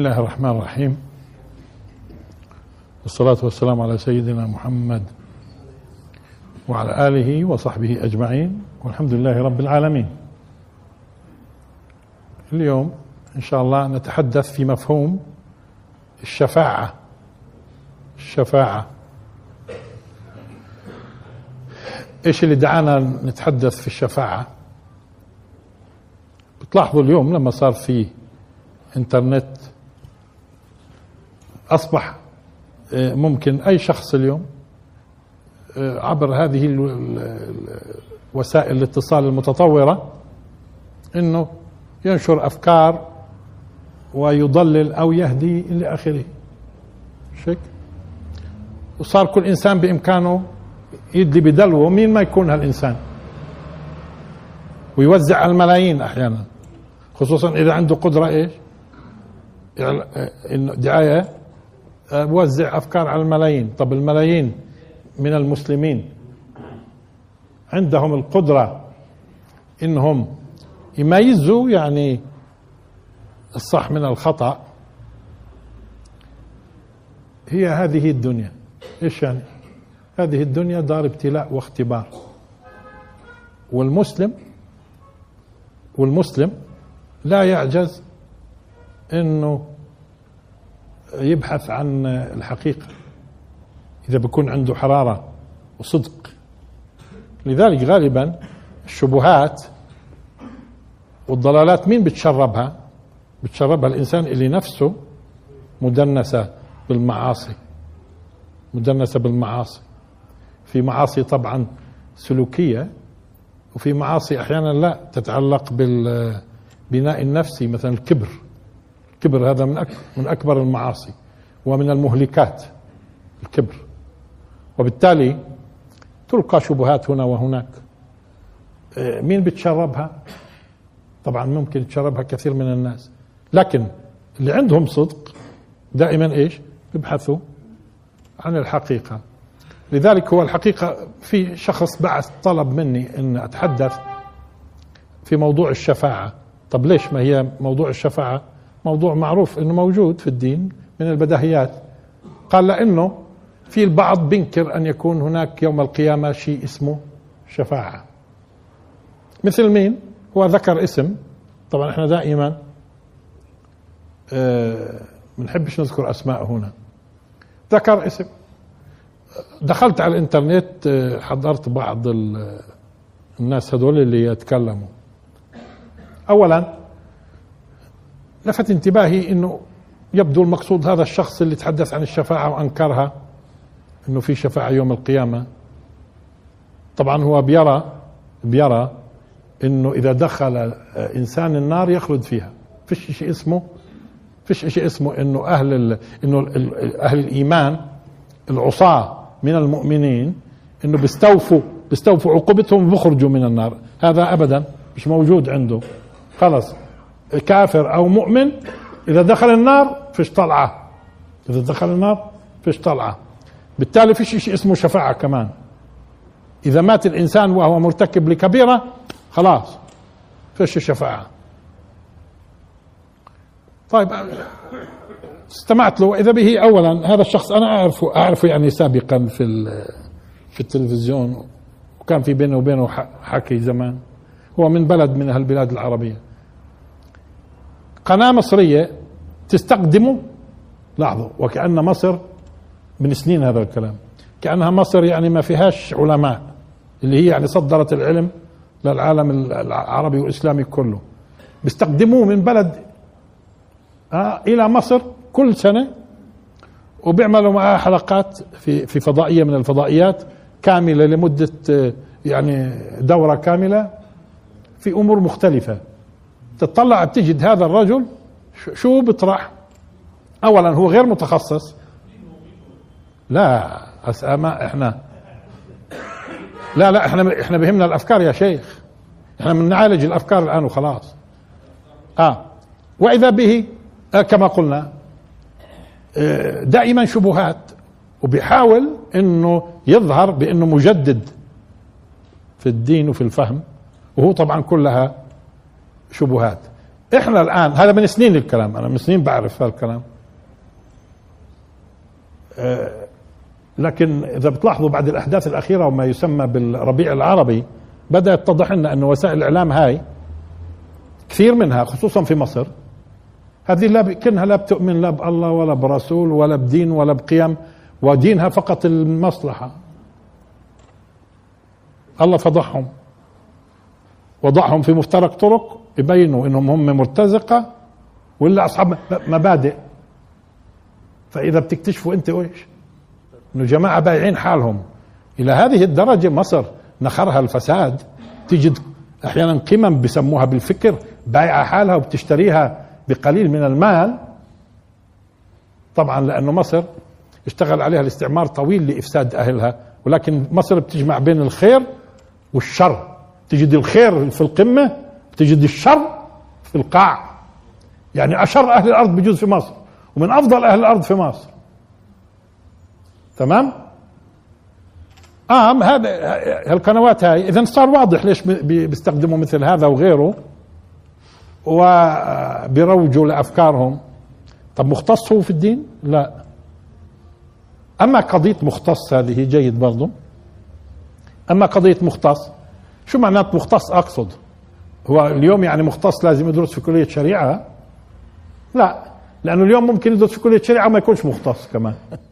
الله الرحمن الرحيم، والصلاة والسلام على سيدنا محمد وعلى آله وصحبه أجمعين، والحمد لله رب العالمين. اليوم إن شاء الله نتحدث في مفهوم الشفاعة. إيش اللي دعانا نتحدث في الشفاعة؟ بتلاحظوا اليوم لما صار في انترنت أصبح ممكن أي شخص اليوم عبر هذه وسائل الاتصال المتطورة إنه ينشر أفكار ويضلل أو يهدي إلى آخره. شك وصار كل إنسان بإمكانه يدلي بدلوه مين ما يكون هالإنسان، ويوزع على الملايين أحيانا، خصوصا إذا عنده قدرة إيش إنه دعاية، بوزع أفكار على الملايين. طب الملايين من المسلمين عندهم القدرة إنهم يميزوا يعني الصح من الخطأ. هي هذه الدنيا إيش يعني؟ هذه الدنيا دار ابتلاء واختبار، والمسلم لا يعجز إنه يبحث عن الحقيقة إذا بيكون عنده حرارة وصدق. لذلك غالبا الشبهات والضلالات مين بتشربها الإنسان اللي نفسه مدنسة بالمعاصي. في معاصي طبعا سلوكية، وفي معاصي أحيانا لا تتعلق بالبناء النفسي، مثلا الكبر هذا من أكبر المعاصي ومن المهلكات الكبر، وبالتالي تلقى شبهات هنا وهناك. مين بتشربها؟ طبعا ممكن يتشربها كثير من الناس، لكن اللي عندهم صدق دائما ايش بيبحثوا عن الحقيقة. لذلك هو الحقيقة في شخص بعث طلب مني ان اتحدث في موضوع الشفاعة. طب ليش؟ ما هي موضوع الشفاعة موضوع معروف انه موجود في الدين من البديهيات. قال لانه في البعض بينكر ان يكون هناك يوم القيامة شيء اسمه شفاعة. مثل مين؟ هو ذكر اسم، طبعا احنا دائما منحبش نذكر اسماء هنا. ذكر اسم، دخلت على الانترنت حضرت بعض الناس هذول اللي يتكلموا. اولا لفت انتباهي انه يبدو المقصود هذا الشخص اللي تحدث عن الشفاعة وانكرها، انه في شفاعة يوم القيامة. طبعا هو بيرى انه اذا دخل انسان النار يخلد فيها. فيش شيء اسمه انه اهل الايمان العصاة من المؤمنين انه بيستوفوا عقوبتهم وبيخرجوا من النار. هذا ابدا مش موجود عنده. خلص كافر او مؤمن اذا دخل النار فيش طلعة. بالتالي فيش شيء اسمه شفاعة كمان. اذا مات الانسان وهو مرتكب لكبيرة خلاص فيش شفاعة. طيب استمعت له، إذا به أولا هذا الشخص أنا أعرفه يعني سابقا في التلفزيون، وكان في بينه وبينه حكي زمان. هو من بلد من هالبلاد العربية، قناة مصرية تستخدمه. لاحظوا، وكأن مصر من سنين هذا الكلام، كأنها مصر يعني ما فيهاش علماء، اللي هي يعني صدرت العلم للعالم العربي والإسلامي كله. بيستخدموه من بلد إلى مصر كل سنة، وبيعملوا معاه حلقات في فضائية من الفضائيات كاملة لمدة يعني دورة كاملة في أمور مختلفة. تطلع تجد هذا الرجل شو بيطرح. أولا هو غير متخصص. لا احنا لا احنا بهمنا الأفكار يا شيخ، احنا بنعالج الأفكار الآن وخلاص. وإذا به كما قلنا دائما شبهات، وبيحاول انه يظهر بانه مجدد في الدين وفي الفهم، وهو طبعا كلها شبهات. احنا الان هذا من سنين الكلام، انا من سنين بعرف هذا الكلام، لكن اذا بتلاحظوا بعد الاحداث الاخيره وما يسمى بالربيع العربي بدا يتضح لنا انه وسائل الاعلام هاي كثير منها خصوصا في مصر هذه لا كأنها لا بتؤمن لا بالله ولا برسول ولا بدين ولا بقيم، ودينها فقط المصلحه. الله فضحهم، وضعهم في مفترق طرق يبينوا انهم هم مرتزقه ولا اصحاب مبادئ. فاذا بتكتشفوا انت ايش انه جماعه بايعين حالهم الى هذه الدرجه، مصر نخرها الفساد، تجد احيانا قمم بسموها بالفكر بايعه حالها وبتشتريها بقليل من المال، طبعا لانه مصر اشتغل عليها الاستعمار طويل لافساد اهلها، ولكن مصر بتجمع بين الخير والشر، تجد الخير في القمه تجد الشر في القاع. يعني اشر اهل الارض بيجوز في مصر ومن افضل اهل الارض في مصر. تمام؟ هذا القنوات هاي اذا صار واضح ليش بيستخدموا مثل هذا وغيره وبيروجوا لافكارهم. طب مختص هو في الدين؟ لا. اما قضيه مختص هذه جيد برضو. اما قضيه مختص، شو معنات مختص؟ اقصد هو اليوم يعني مختص لازم يدرس في كليه شريعه؟ لا، لانه اليوم ممكن يدرس في كليه شريعه وما يكونش مختص كمان.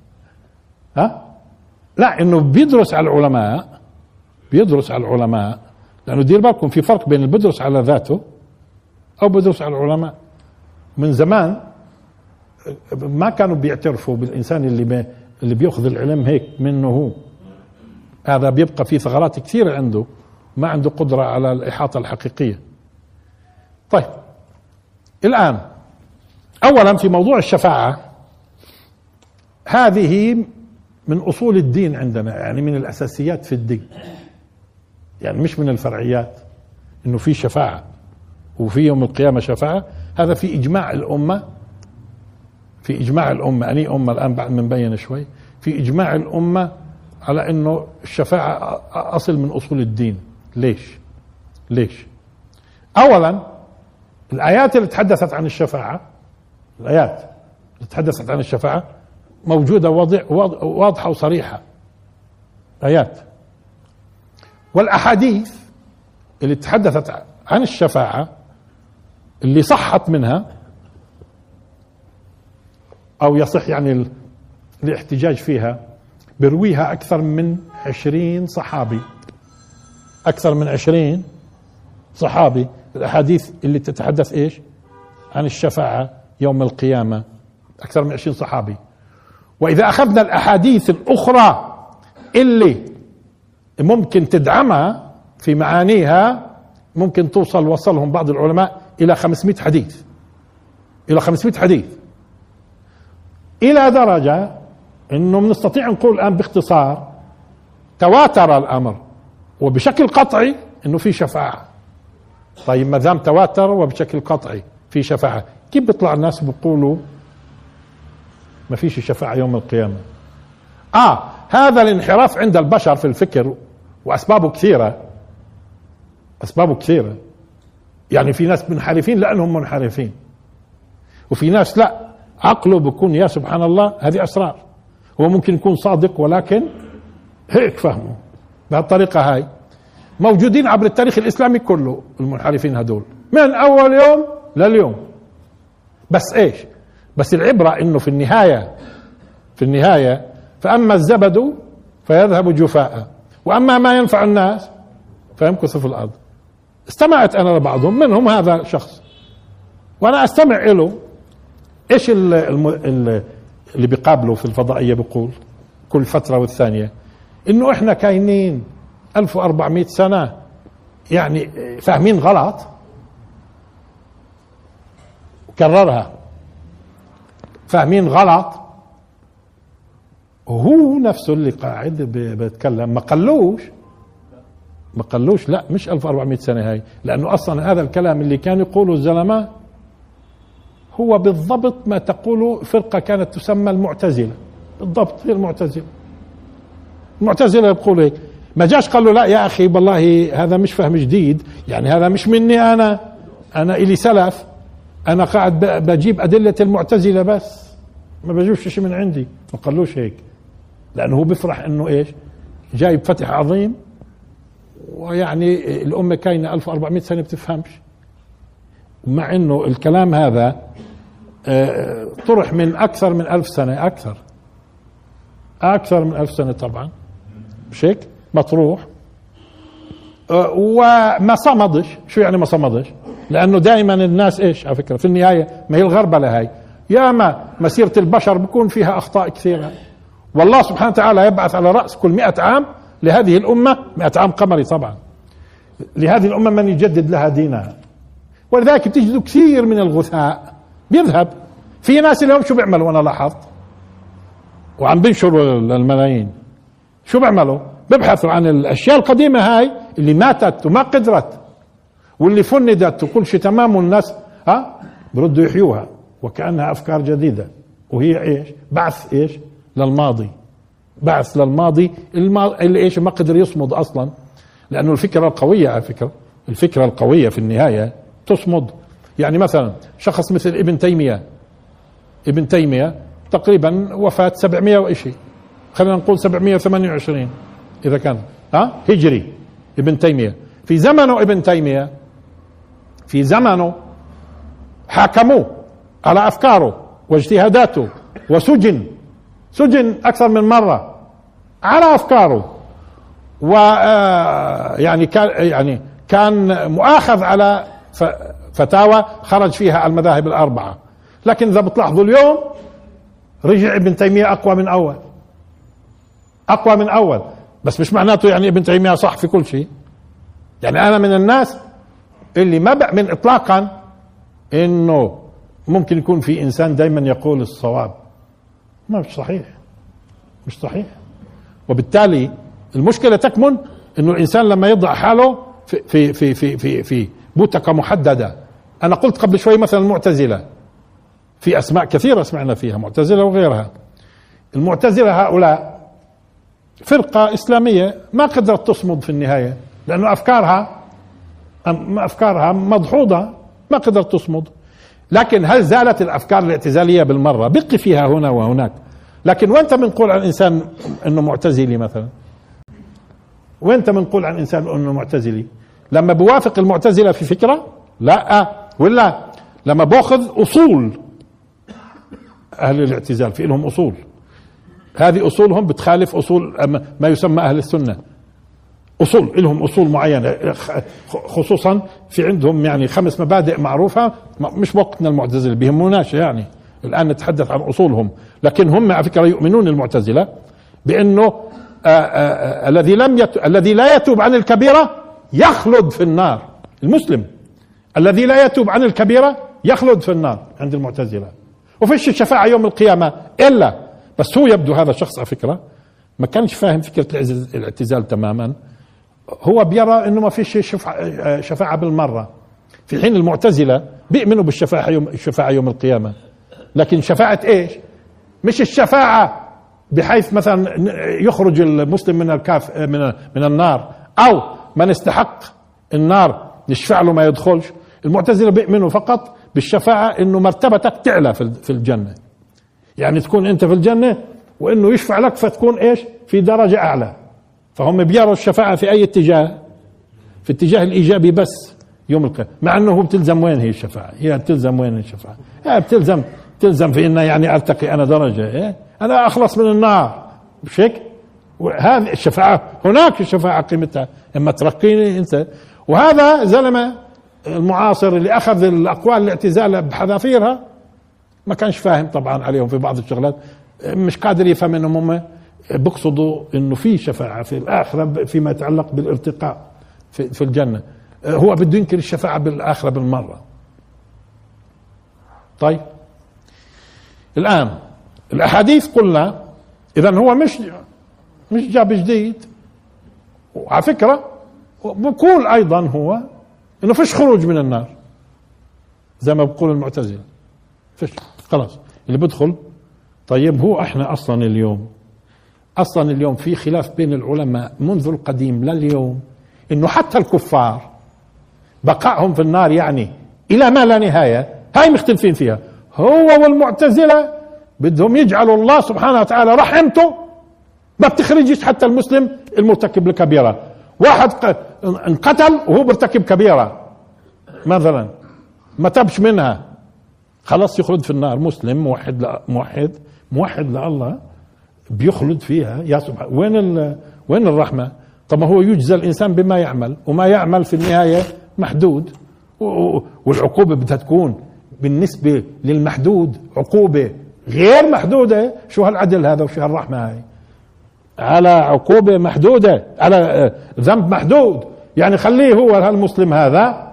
لا، انه بيدرس على العلماء، بيدرس على العلماء، لانه دير بالكم في فرق بين اللي بيدرس على ذاته او بيدرس على العلماء. من زمان ما كانوا بيعترفوا بالانسان اللي بياخذ العلم هيك منه هو، هذا بيبقى فيه ثغرات كثيره عنده، ما عنده قدره على الاحاطه الحقيقيه. طيب الان اولا في موضوع الشفاعه، هذه من اصول الدين عندنا، يعني من الاساسيات في الدين، يعني مش من الفرعيات. انه في شفاعه وفي يوم القيامه شفاعه، هذا في اجماع الامه، في اجماع الامه. اني امه الان بعد منبين شوي، في اجماع الامه على انه الشفاعه اصل من اصول الدين. ليش؟ اولا الايات اللي تحدثت عن الشفاعه، الايات اللي تحدثت عن الشفاعه موجوده واضحه وصريحه، ايات. والاحاديث اللي تحدثت عن الشفاعه اللي صحت منها او يصح يعني الاحتجاج فيها، برويها اكثر من 20 صحابي، اكثر من 20 صحابي. الاحاديث اللي تتحدث ايش؟ عن الشفاعه يوم القيامه، اكثر من 20 صحابي. واذا اخذنا الاحاديث الاخرى اللي ممكن تدعمها في معانيها، ممكن وصلهم بعض العلماء الى 500 حديث، الى 500 حديث، الى درجه انه بنستطيع نقول الان باختصار تواتر الامر وبشكل قطعي انه في شفاعه. طيب ما دام تواتر وبشكل قطعي في شفاعه، كيف بيطلع الناس بيقولوا ما فيش شفاعه يوم القيامه؟ هذا الانحراف عند البشر في الفكر، واسبابه كثيره، اسبابه كثيره. يعني في ناس منحرفين لانهم منحرفين، وفي ناس لا، عقله بيكون يا سبحان الله هذه اسرار، هو ممكن يكون صادق ولكن هيك فهمه بهالطريقه هاي. موجودين عبر التاريخ الاسلامي كله المنحرفين هدول من اول يوم لليوم. بس ايش؟ بس العبره انه في النهايه فاما الزبد فيذهب جفاء واما ما ينفع الناس فيمكث في الارض. استمعت انا لبعضهم، منهم هذا شخص، وانا استمع له. ايش اللي بيقابله في الفضائيه بيقول كل فتره والثانيه؟ انه احنا كاينين 1400 سنه يعني فاهمين غلط، كررها، فاهمين غلط. وهو نفسه اللي قاعد بيتكلم ما قالوش لا مش 1400 سنه هاي، لانه اصلا هذا الكلام اللي كان يقوله الزلماء هو بالضبط ما تقوله فرقه كانت تسمى المعتزله، بالضبط هي المعتزله يقولوا هيك. ما جاش قال له لا يا اخي والله هذا مش فهم جديد، يعني هذا مش مني انا الي سلف، انا قاعد بجيب ادله المعتزله بس، ما بجيبش شيء من عندي. ما قالوش هيك، لانه هو بيفرح انه ايش؟ جايب فتح عظيم، ويعني الامه كاينه 1400 سنه بتفهمش، مع انه الكلام هذا طرح من اكثر من 1000 سنه، اكثر من 1000 سنه طبعا، مش هيك؟ مطروح وما صمدش. شو يعني ما صمدش؟ لانه دائما الناس ايش على فكره في النهايه، ما هي الغربله هاي، ياما مسيره البشر بكون فيها اخطاء كثيره، والله سبحانه وتعالى يبعث على راس كل 100 عام لهذه الامه، 100 عام قمري طبعا، لهذه الامه من يجدد لها دينها. ولذلك بتجدوا كثير من الغثاء بيذهب. في ناس اليوم شو بيعملوا؟ وانا لاحظت وعم بينشروا الملايين، شو بيعملوا؟ بيبحثوا عن الاشياء القديمه هاي اللي ماتت وما قدرت واللي فندت وكل شيء تمام، والناس بردوا يحيوها وكانها افكار جديده، وهي ايش؟ بعث ايش؟ للماضي، بعث للماضي اللي ايش؟ ما قدر يصمد اصلا. لانه الفكره القويه على فكره، الفكره القويه في النهايه تصمد. يعني مثلا شخص مثل ابن تيميه تقريبا وفاه 700 وشيء، خلينا نقول 728 اذا كان هجري. ابن تيميه في زمنه، ابن تيميه في زمنه حاكموه على افكاره واجتهاداته، وسجن اكثر من مره على افكاره، ويعني كان مؤاخذ على فتاوى خرج فيها المذاهب الاربعه. لكن اذا بتلاحظوا اليوم رجع ابن تيميه اقوى من اول، بس مش معناته يعني ابن تيميه صح في كل شيء. يعني انا من الناس اللي ما بأمن اطلاقا انه ممكن يكون في انسان دائما يقول الصواب، مش صحيح. وبالتالي المشكله تكمن انه الانسان لما يضع حاله في في في في في بوتقه محدده. انا قلت قبل شوي مثلا المعتزله، في اسماء كثيره سمعنا فيها، معتزله وغيرها. المعتزله هؤلاء فرقه اسلاميه ما قدرت تصمد في النهايه، لانه افكارها مضحوضه، ما قدرت تصمد. لكن هل زالت الافكار الاعتزاليه بالمره؟ بقي فيها هنا وهناك. لكن وانت بنقول عن انسان انه معتزلي مثلا، وانت بنقول عن انسان انه معتزلي لما بوافق المعتزله في فكره؟ لا. ولا لما باخذ اصول اهل الاعتزال، في لهم اصول، هذه اصولهم بتخالف اصول ما يسمى اهل السنه. اصول لهم اصول معينه، خصوصا في عندهم يعني 5 مبادئ معروفه، مش وقتنا المعتزله بيهموناش يعني الان نتحدث عن اصولهم. لكن هم على فكره يؤمنون المعتزله بانه الذي لا يتوب عن الكبيره يخلد في النار. المسلم الذي لا يتوب عن الكبيره يخلد في النار عند المعتزله، وفيش شفاعه يوم القيامه الا. بس هو يبدو هذا الشخص على فكره ما كانش فاهم فكره الاعتزال تماما. هو بيرى انه ما فيش شفاعه بالمره، في حين المعتزله بيؤمنوا بالشفاعه يوم القيامه. لكن شفاعه ايش؟ مش الشفاعه بحيث مثلا يخرج المسلم من النار، او من استحق النار نشفع له ما يدخلش. المعتزله بيؤمنوا فقط بالشفاعه، انه مرتبتك تعلى في الجنه، يعني تكون انت في الجنه وانه يشفع لك فتكون ايش؟ في درجه اعلى. فهم بيروا الشفاعه في اي اتجاه؟ في اتجاه الايجابي بس يوم القيامه. مع انه هو بتلزم وين هي الشفاعه؟ هي بتلزم وين الشفاعه؟ بتلزم في انه يعني ارتقي انا درجه، انا اخلص من النار، مش هيك؟ وهذه الشفاعه، هناك الشفاعه قيمتها اما ترقيني انت. وهذا زلمه المعاصر اللي اخذ الاقوال الاعتزال بحذافيرها ما كانش فاهم طبعا عليهم في بعض الشغلات، مش قادر يفهم انهم هم بيقصدوا انه في شفاعه في الاخره فيما يتعلق بالارتقاء في الجنه. هو بده ينكر الشفاعه بالاخره بالمره. طيب الان الاحاديث قلنا اذا هو مش جاب جديد. وعلى فكره بقول ايضا هو انه فيش خروج من النار زي ما بقول المعتزله، فيش خلاص اللي بدخل. طيب هو احنا اصلا اليوم في خلاف بين العلماء منذ القديم لليوم انه حتى الكفار بقائهم في النار يعني الى ما لا نهايه، هاي مختلفين فيها. هو والمعتزلة بدهم يجعلوا الله سبحانه وتعالى رحمته ما بتخرجش حتى المسلم المرتكب لكبيرة. واحد انقتل وهو مرتكب كبيرة مثلا ما تبش منها، خلاص يخلد في النار. مسلم موحد لله بيخلد فيها. يا سبحان، وين الرحمة؟ طب ما هو يجزى الإنسان بما يعمل، وما يعمل في النهاية محدود، والعقوبة بدها تكون بالنسبة للمحدود عقوبة غير محدودة. شو هالعدل هذا وشو هالرحمة هاي؟ على عقوبة محدودة، على ذنب محدود. يعني خليه هو هالمسلم هذا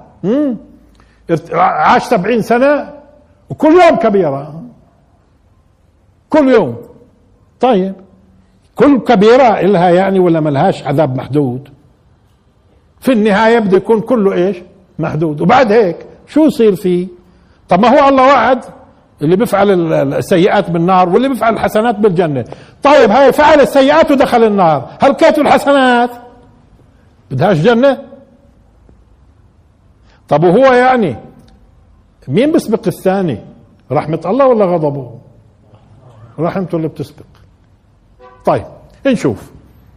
عاش 70 سنة وكل يوم كبيرة، كل يوم. طيب كل كبيرة إلها يعني ولا ملهاش عذاب محدود؟ في النهاية بده يكون كله إيش؟ محدود. وبعد هيك شو يصير فيه؟ طب ما هو الله وعد اللي بيفعل السيئات بالنار واللي بيفعل الحسنات بالجنة. طيب هاي فعل السيئات ودخل النار، هل كانت الحسنات بدهاش جنة؟ طب وهو يعني مين بيسبق الثاني؟ رحمة الله ولا غضبه؟ رحمته اللي بتسبق. طيب نشوف.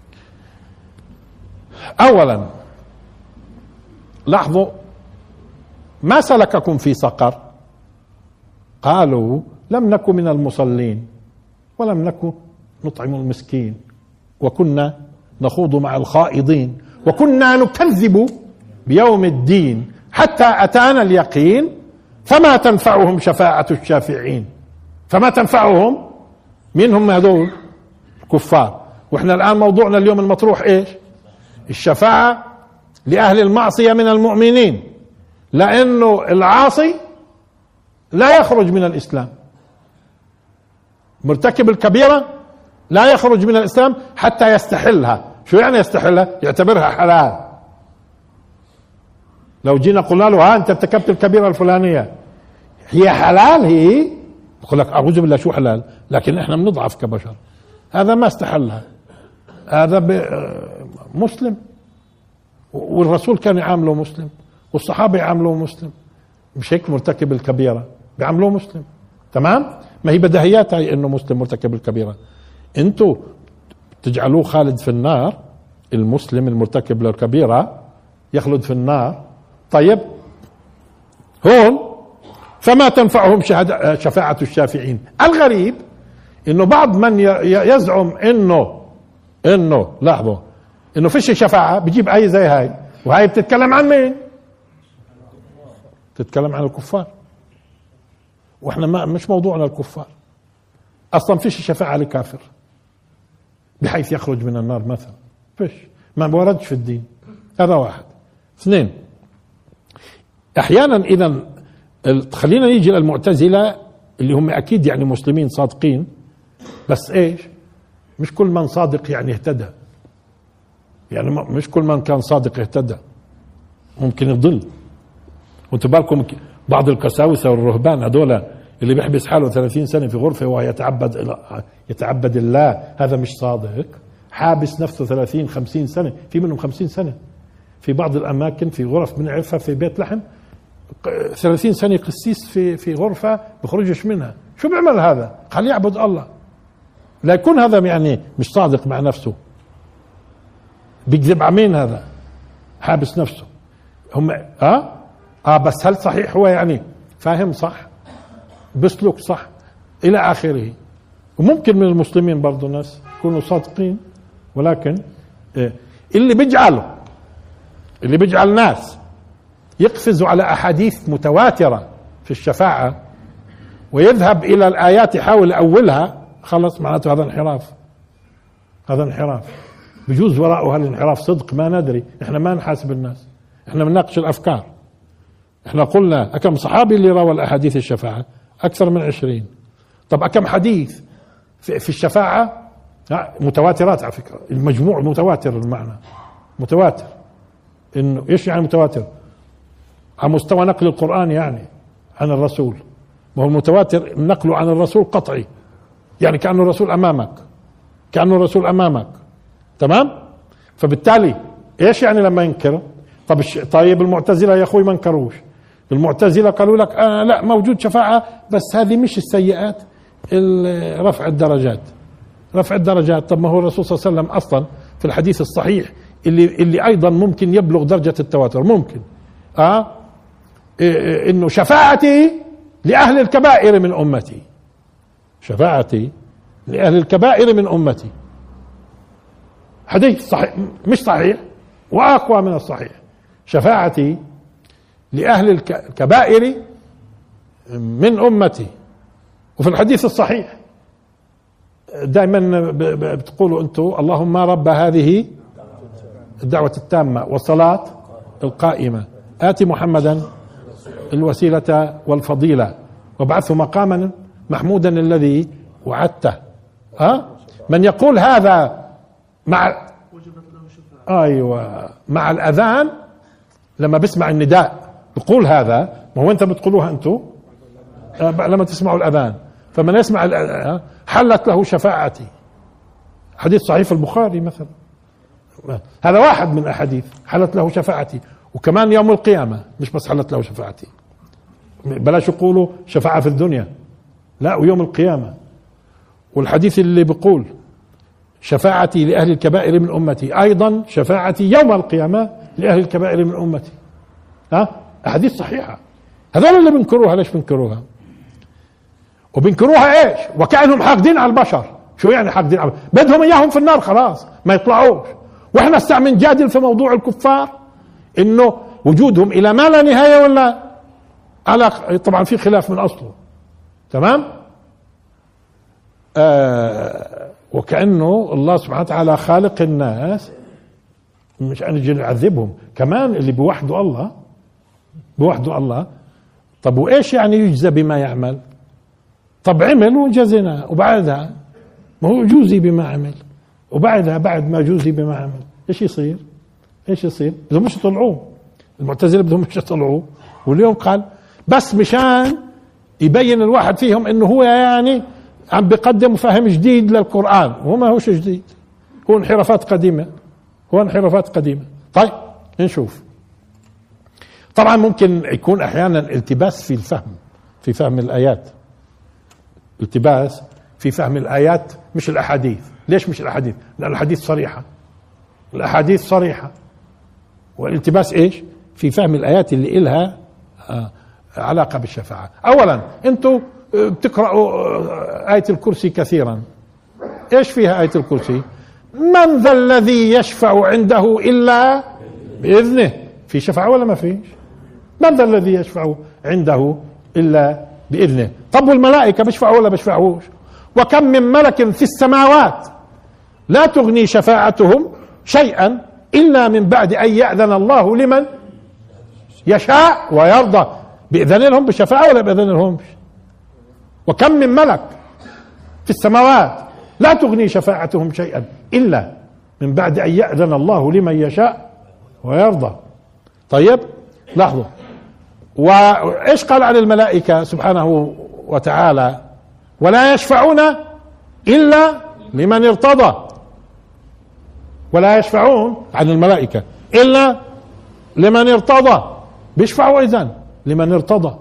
اولا لاحظوا، ما سلككم في سقر؟ قالوا لم نكن من المصلين ولم نكن نطعم المسكين وكنا نخوض مع الخائضين وكنا نكذب بيوم الدين حتى أتانا اليقين فما تنفعهم شفاعة الشافعين. فما تنفعهم، مين هم هذول؟ كفار. واحنا الآن موضوعنا اليوم المطروح ايش؟ الشفاعة لأهل المعصية من المؤمنين، لأنه العاصي لا يخرج من الإسلام، مرتكب الكبيرة لا يخرج من الإسلام حتى يستحلها. شو يعني يستحلها؟ يعتبرها حلال. لو جينا قلنا له أنت ارتكبت الكبيرة الفلانية، هي حلال؟ هي يقول لك أعوذ بالله شو حلال؟ لكن احنا بنضعف كبشر. هذا ما استحلها، هذا مسلم، والرسول كان يعامله مسلم، والصحابة يعاملوه مسلم. مش هيك مرتكب الكبيرة بيعاملوه مسلم؟ تمام. ما هي بديهيات هاي انه مسلم مرتكب الكبيرة. انتوا تجعلوه خالد في النار، المسلم المرتكب للكبيرة يخلد في النار. طيب هون فما تنفعهم شفاعة الشافعين. الغريب انه بعض من يزعم انه لاحظوا انه فيش شفاعة، بيجيب اي زي هاي، وهاي بتتكلم عن مين؟ تتكلم عن الكفار، واحنا ما مش موضوعنا الكفار اصلا. فيش شفاعة لكافر بحيث يخرج من النار مثلا، فيش، ما وردش في الدين. هذا واحد. اثنين، احيانا اذا خلينا نيجي للمعتزلة اللي هم اكيد يعني مسلمين صادقين، بس ايش؟ مش كل من صادق يعني اهتدى، يعني مش كل من كان صادق اهتدى، ممكن يضل. وانتم بالكم بعض القساوسة والرهبان هذول اللي بيحبس حاله 30 سنة في غرفة ويتعبد الله، هذا مش صادق. حابس نفسه 30-50 سنة، في منهم 50 سنة في بعض الأماكن، في غرف بنعرفها في بيت لحم 30 سنة قسيس في غرفة بخرجش منها. شو بيعمل هذا؟ خليه يعبد الله. لا يكون هذا يعني مش صادق مع نفسه، بيكذب على مين؟ هذا حابس نفسه. هم بس هل صحيح هو يعني فاهم صح، بسلك صح الى اخره؟ وممكن من المسلمين برضو ناس يكونوا صادقين، ولكن اللي بيجعل ناس يقفزوا على احاديث متواترة في الشفاعة ويذهب الى الايات يحاول اولها، خلص معناته هذا انحراف. هذا انحراف بجوز وراءه هالانحراف صدق، ما ندري، احنا ما نحاسب الناس، احنا بنناقش الافكار. احنا قلنا كم صحابي اللي روى الاحاديث الشفاعة؟ اكثر من 20. طب كم حديث في الشفاعة؟ متواترات على فكرة، المجموع متواتر، المعنى متواتر. انه ايش يعني متواتر؟ على مستوى نقل القرآن يعني عن الرسول. ما هو المتواتر نقله عن الرسول قطعي، يعني كأنه الرسول امامك، تمام. فبالتالي ايش يعني لما ينكر؟ طيب المعتزلة يا اخوي ما انكروش، المعتزلة قالوا لك لا موجود شفاعة، بس هذه مش السيئات، رفع الدرجات. رفع الدرجات، طب ما هو الرسول صلى الله عليه وسلم أصلا في الحديث الصحيح اللي أيضا ممكن يبلغ درجة التواتر، ممكن إنه شفاعتي لأهل الكبائر من أمتي، شفاعتي لأهل الكبائر من أمتي، حديث صحيح مش صحيح وأقوى من الصحيح، شفاعتي لأهل الكبائر من أمتي. وفي الحديث الصحيح دائما بتقولوا أنتم اللهم رب هذه الدعوة التامة والصلاة القائمة آت محمدا الوسيلة والفضيلة وابعثه مقاما محمودا الذي وعدته. من يقول هذا مع مع الأذان، لما بسمع النداء بقول هذا، ما هو أنت بتقولوها أنتم لما تسمعوا الأذان، فمن يسمع حلت له شفاعتي. حديث صحيح في البخاري مثلا، هذا واحد من الأحاديث، حلت له شفاعتي. وكمان يوم القيامة مش بس حلت له شفاعتي، بلاش يقولوا شفاعة في الدنيا، لا، ويوم القيامة. والحديث اللي بيقول شفاعتي لأهل الكبائر من أمتي، أيضا شفاعتي يوم القيامة لأهل الكبائر من أمتي. أحاديث صحيحة. هذول اللي بنكروها، ليش بنكروها؟ وبنكروها ايش؟ وكأنهم حاقدين على البشر. شو يعني حاقدين على البشر؟ بدهم اياهم في النار خلاص ما يطلعوش. واحنا استعمل جادل في موضوع الكفار انه وجودهم الى ما لا نهاية ولا على، طبعا في خلاف من اصله، تمام؟ وكأنه الله سبحانه وتعالى خالق الناس مش أن يجي يعذبهم، كمان اللي بوحده الله، بوحده الله. طب وإيش يعني يجزى بما يعمل؟ طب عمل وجزنا، وبعدها ما هو جوزي بما عمل، وبعدها بعد ما جوزي بما عمل إيش يصير؟ إيش يصير؟ بدهم مش يطلعوه، المعتزلة بدهم مش يطلعوه. واليوم قال بس مشان يبين الواحد فيهم إنه هو يعني عم بيقدم فهم جديد للقرآن، وهو ما هوش جديد، هو انحرافات قديمة، هو انحرافات قديمة. طيب نشوف. طبعا ممكن يكون احيانا التباس في الفهم، في فهم الآيات، التباس في فهم الآيات مش الأحاديث. ليش مش الأحاديث؟ لأن الأحاديث صريحة، الأحاديث صريحة. والالتباس ايش؟ في فهم الآيات اللي إلها علاقة بالشفاعة. أولا أنتوا بتقرأوا آية الكرسي كثيرا، ايش فيها آية الكرسي؟ من ذا الذي يشفع عنده إلا بإذنه. في شفاعة ولا ما فيش؟ من ذا الذي يشفع عنده إلا بإذنه. طب والملائكة بيشفعوا ولا بيشفعوش؟ وكم من ملك في السماوات لا تغني شفاعتهم شيئا إلا من بعد أن يأذن الله لمن يشاء ويرضى. بإذن لهم بشفاعة ولا بإذن لهم؟ وكم من ملك في السماوات لا تغني شفاعتهم شيئا إلا من بعد أن يأذن الله لمن يشاء ويرضى. طيب لاحظوا، وإيش قال عن الملائكة سبحانه وتعالى؟ ولا يشفعون إلا لمن ارتضى. ولا يشفعون عن الملائكة إلا لمن ارتضى، بيشفعوا إذن لمن ارتضى.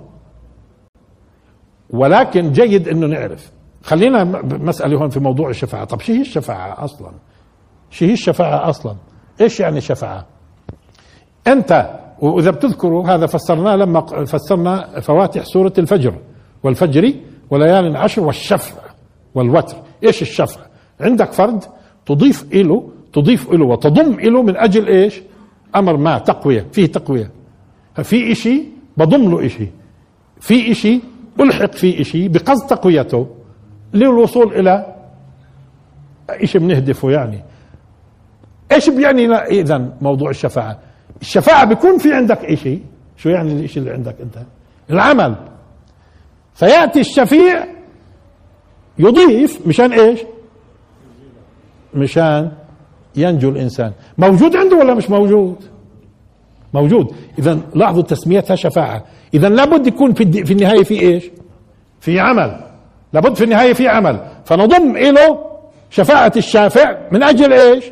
ولكن جيد انه نعرف، خلينا مسألة هون في موضوع الشفاعة. طب شو هي الشفاعة اصلا؟ شو هي الشفاعة اصلا؟ ايش يعني الشفاعة؟ انت واذا بتذكروا هذا فسرناه لما فسرنا فواتح سورة الفجر، والفجر وليال عشر والشفع والوتر. ايش الشفع؟ عندك فرد تضيف له وتضم له من اجل ايش؟ امر ما، تقوية، فيه تقوية، في اشي بضم له اشي، في اشي ألحق في إشي بقصد تقويته للوصول إلى إشي بنهدفه. يعني إيش بيعني إذن موضوع الشفاعة؟ الشفاعة بيكون في عندك إشي. شو يعني الإشي اللي عندك أنت؟ العمل. فيأتي الشفيع يضيف مشان إيش؟ مشان ينجو الإنسان. موجود عنده ولا مش موجود؟ موجود. إذن لاحظوا تسميتها شفاعة. إذن لابد يكون في النهاية في إيش؟ في عمل. لابد في النهاية في عمل. فنضم إله شفاعة الشافع من أجل إيش؟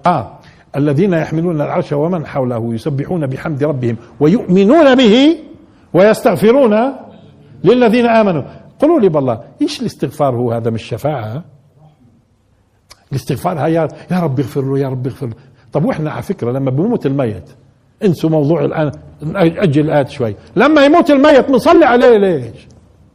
الذين يحملون العرش ومن حوله يسبحون بحمد ربهم ويؤمنون به ويستغفرون للذين آمنوا. قولوا لي بالله، ايش الاستغفار؟ هو هذا مش شفاعة؟ الاستغفار يا رب اغفر له، يا رب اغفر له. طب واحنا على فكرة لما بيموت الميت، انسوا موضوع الآن، أجل الآن شوي، لما يموت الميت بنصلي عليه ليش؟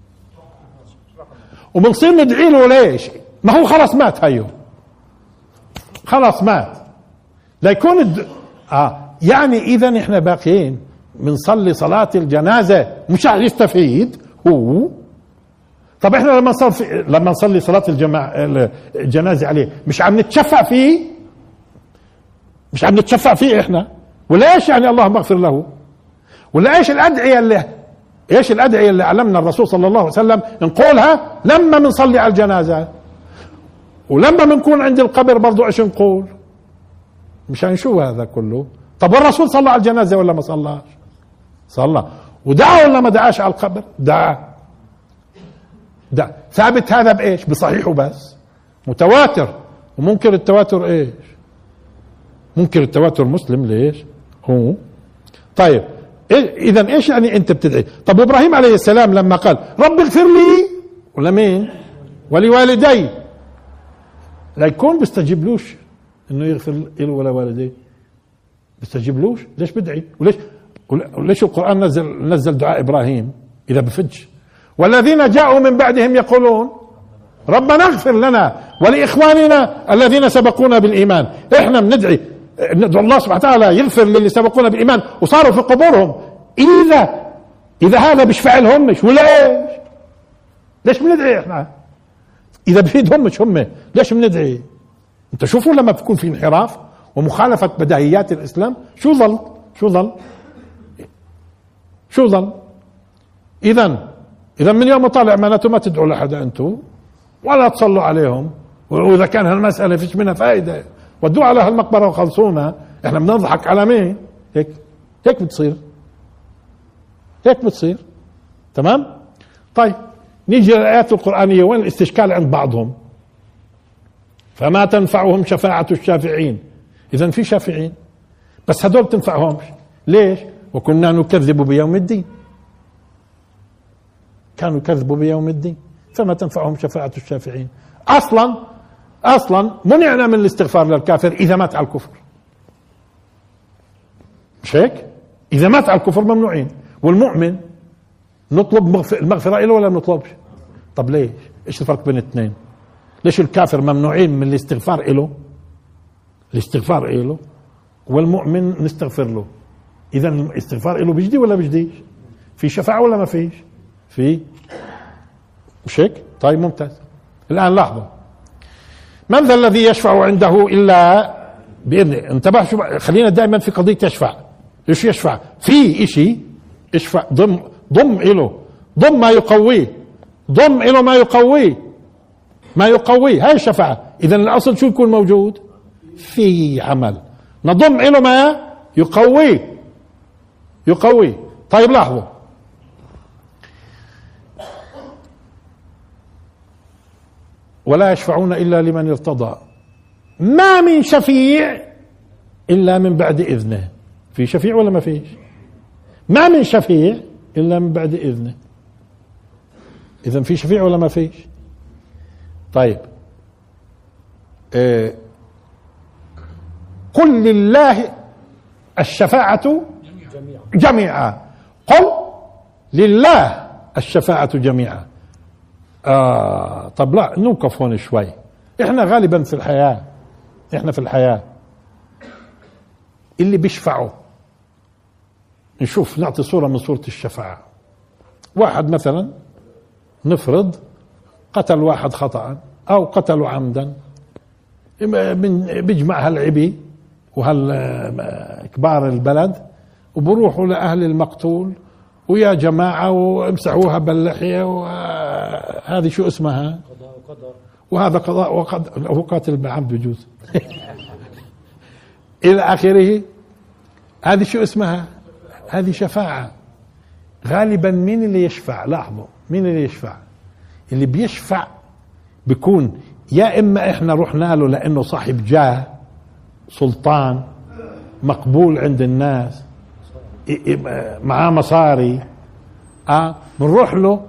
وبنصير ندعي له ليش؟ ما هو خلاص مات، هيو خلاص مات. لا يكون يعني إذا احنا باقيين بنصلي صلاة الجنازة مش يستفيد هو. طب احنا لما نصلي صلاة الجنازة عليه مش عم نتشفع فيه؟ مش عم نتشفع فيه احنا؟ ولا ايش يعني اللهم اغفر له؟ ولا ايش الأدعية اللي علمنا الرسول صلى الله عليه وسلم نقولها لما بنصلي على الجنازة؟ ولما بنكون عند القبر برضو ايش نقول؟ مشان شو هذا كله؟ طب والرسول صلى على الجنازة ولا ما صلاش؟ صلى. ودعا ولا ما دعاش على القبر؟ دعا. ثابت هذا بايش؟ بصحيحه بس، متواتر. ومنكر التواتر ايش؟ منكر التواتر مسلم. ليش هو؟ طيب اذا ايش يعني انت بتدعي؟ طب ابراهيم عليه السلام لما قال رب اغفر لي، ولا مين؟ ولوالدي، لا يكون بيستجيبلوش انه يغفر له ولا والديه، بيستجيبلوش. ليش بدعي؟ وليش القرآن نزل دعاء ابراهيم اذا بفج؟ والذين جاءوا من بعدهم يقولون ربنا اغفر لنا ولإخواننا الذين سبقونا بالإيمان. احنا بندعي ندعو الله سبحانه وتعالى يغفر للي سبقونا بالإيمان وصاروا في قبورهم. إذا هذا بيشفع لهم مش ولا ايش؟ ليش بندعي احنا؟ إذا بفيدهم مش هم ليش بندعي؟ انت شوفوا لما بيكون في انحراف ومخالفة بداهيات الإسلام شو ظل؟ إذا من يوم طالع معناته ما تدعوا لحد أنتم ولا تصلوا عليهم، وإذا كان هالمسألة فيش منها فائدة ودوا على هالمقبرة وخلصونا. احنا بنضحك على مين؟ هيك بتصير. تمام؟ طيب نيجي للآيات القرآنية، وين الاستشكال عند بعضهم؟ فما تنفعهم شفاعة الشافعين. إذا في شافعين بس هدول تنفعهمش. ليش؟ وكنا نكذب بيوم الدين. كانوا يكذبوا بيوم الدين، فما تنفعهم شفاعة الشافعين. أصلا منعنا من الاستغفار للكافر إذا مات على الكفر، مش هيك؟ إذا مات على الكفر ممنوعين. والمؤمن نطلب المغفرة له ولا نطلبش؟ طب ليش؟ إيش الفرق بين الاثنين؟ ليش الكافر ممنوعين من الاستغفار له والمؤمن نستغفر له؟ إذا الاستغفار له بيجدي ولا بيجديش؟ في شفاعة ولا ما فيش؟ في، مش هيك؟ طيب ممتاز. الآن لاحظوا، من ذا الذي يشفع عنده إلا بإذنه. انتبه، شو خلينا دائما في قضية يشفع. ايش يشفع؟ في إشي يشفع، ضم إله، ضم ما يقويه، ضم إله ما يقويه، هاي الشفاعة. إذا الأصل شو يكون موجود؟ في عمل نضم إله ما يقويه. طيب لاحظوا، ولا يشفعون إلا لمن ارتضى ما من شفيع إلا من بعد إذنه. في شفيع ولا ما فيش؟ ما من شفيع إلا من بعد إذنه. إذن في شفيع ولا ما فيش؟ طيب قل لله الشفاعة جميعا. قل لله الشفاعة جميعا. طب لا نوقف هون شوي. احنا غالبا في الحياة اللي بيشفعوا، نشوف نعطي صورة من صورة الشفاعة. واحد مثلا نفرض قتل واحد خطأ او قتلوا عمدا، بيجمع هالعبي وهالكبار البلد وبروحوا لأهل المقتول، ويا جماعة وامسحوها باللحية، وهذه شو اسمها؟ وهذا قضاء وقدر، هو قاتل بعمد بجوز إلى آخره. هذه شو اسمها؟ هذه شفاعة. غالبا مين اللي يشفع؟ لاحظوا، مين اللي يشفع؟ اللي بيشفع بيكون يا إما إحنا رحنا له لأنه صاحب جاه، سلطان، مقبول عند الناس، معاه مصاري، بنروح له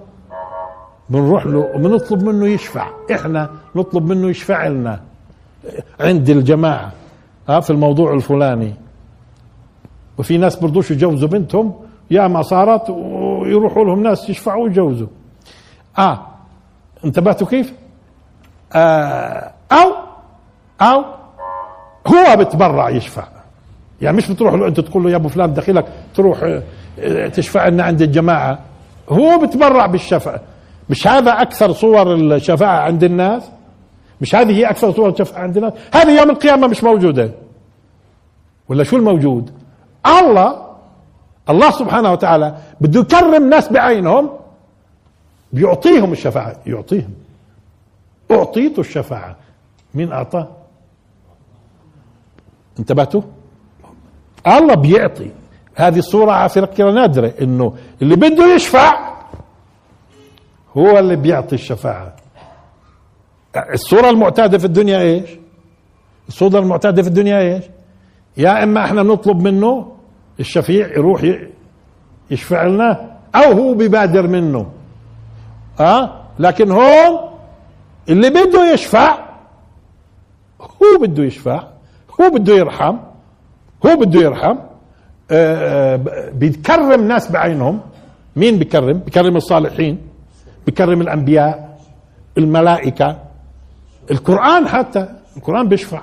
وبنطلب منه يشفع. احنا نطلب منه يشفع لنا عند الجماعة في الموضوع الفلاني. وفي ناس برضوش يجوزوا بنتهم يا ما صارت ويروحوا لهم ناس يشفعوا ويجوزوا. انتبهتوا كيف؟ او هو بتبرع يشفع. يعني مش بتروح له انت تقول له يا ابو فلان دخيلك تروح تشفع لنا عند الجماعة، هو بتبرع بالشفاعة. مش هذا اكثر صور الشفاعة عند الناس؟ مش هذه هي اكثر صور الشفاعة عند الناس؟ هذه يوم القيامة مش موجودة. ولا شو الموجود؟ الله سبحانه وتعالى بده يكرم ناس بعينهم، بيعطيهم الشفاعة. يعطيهم. اعطيت الشفاعة. مين اعطاه؟ انتبهتوا؟ الله بيعطي. هذه الصورة على فكرة نادرة، انه اللي بده يشفع هو اللي بيعطي الشفاعة. الصورة المعتادة في الدنيا ايش؟ الصورة المعتادة في الدنيا ايش؟ يا اما احنا نطلب منه الشفيع يروح يشفع لنا، او هو بيبادر منه. لكن هون اللي بده يشفع هو بده يشفع، هو بده يرحم، هو بده يرحم. بيكرم ناس بعينهم. مين بيكرم؟ بيكرم الصالحين، بيكرم الانبياء، الملائكة، القرآن. حتى القرآن بيشفع.